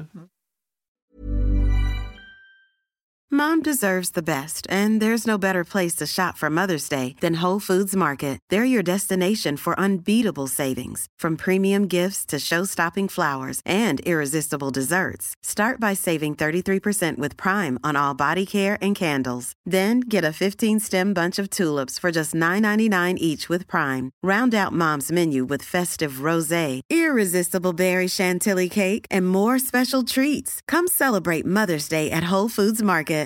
Mom deserves the best, and there's no better place to shop for Mother's Day than Whole Foods Market. They're your destination for unbeatable savings, from premium gifts to show-stopping flowers and irresistible desserts. Start by saving thirty-three percent with Prime on all body care and candles. Then get a fifteen-stem bunch of tulips for just nine ninety-nine each with Prime. Round out Mom's menu with festive rosé, irresistible berry chantilly cake, and more special treats. Come celebrate Mother's Day at Whole Foods Market.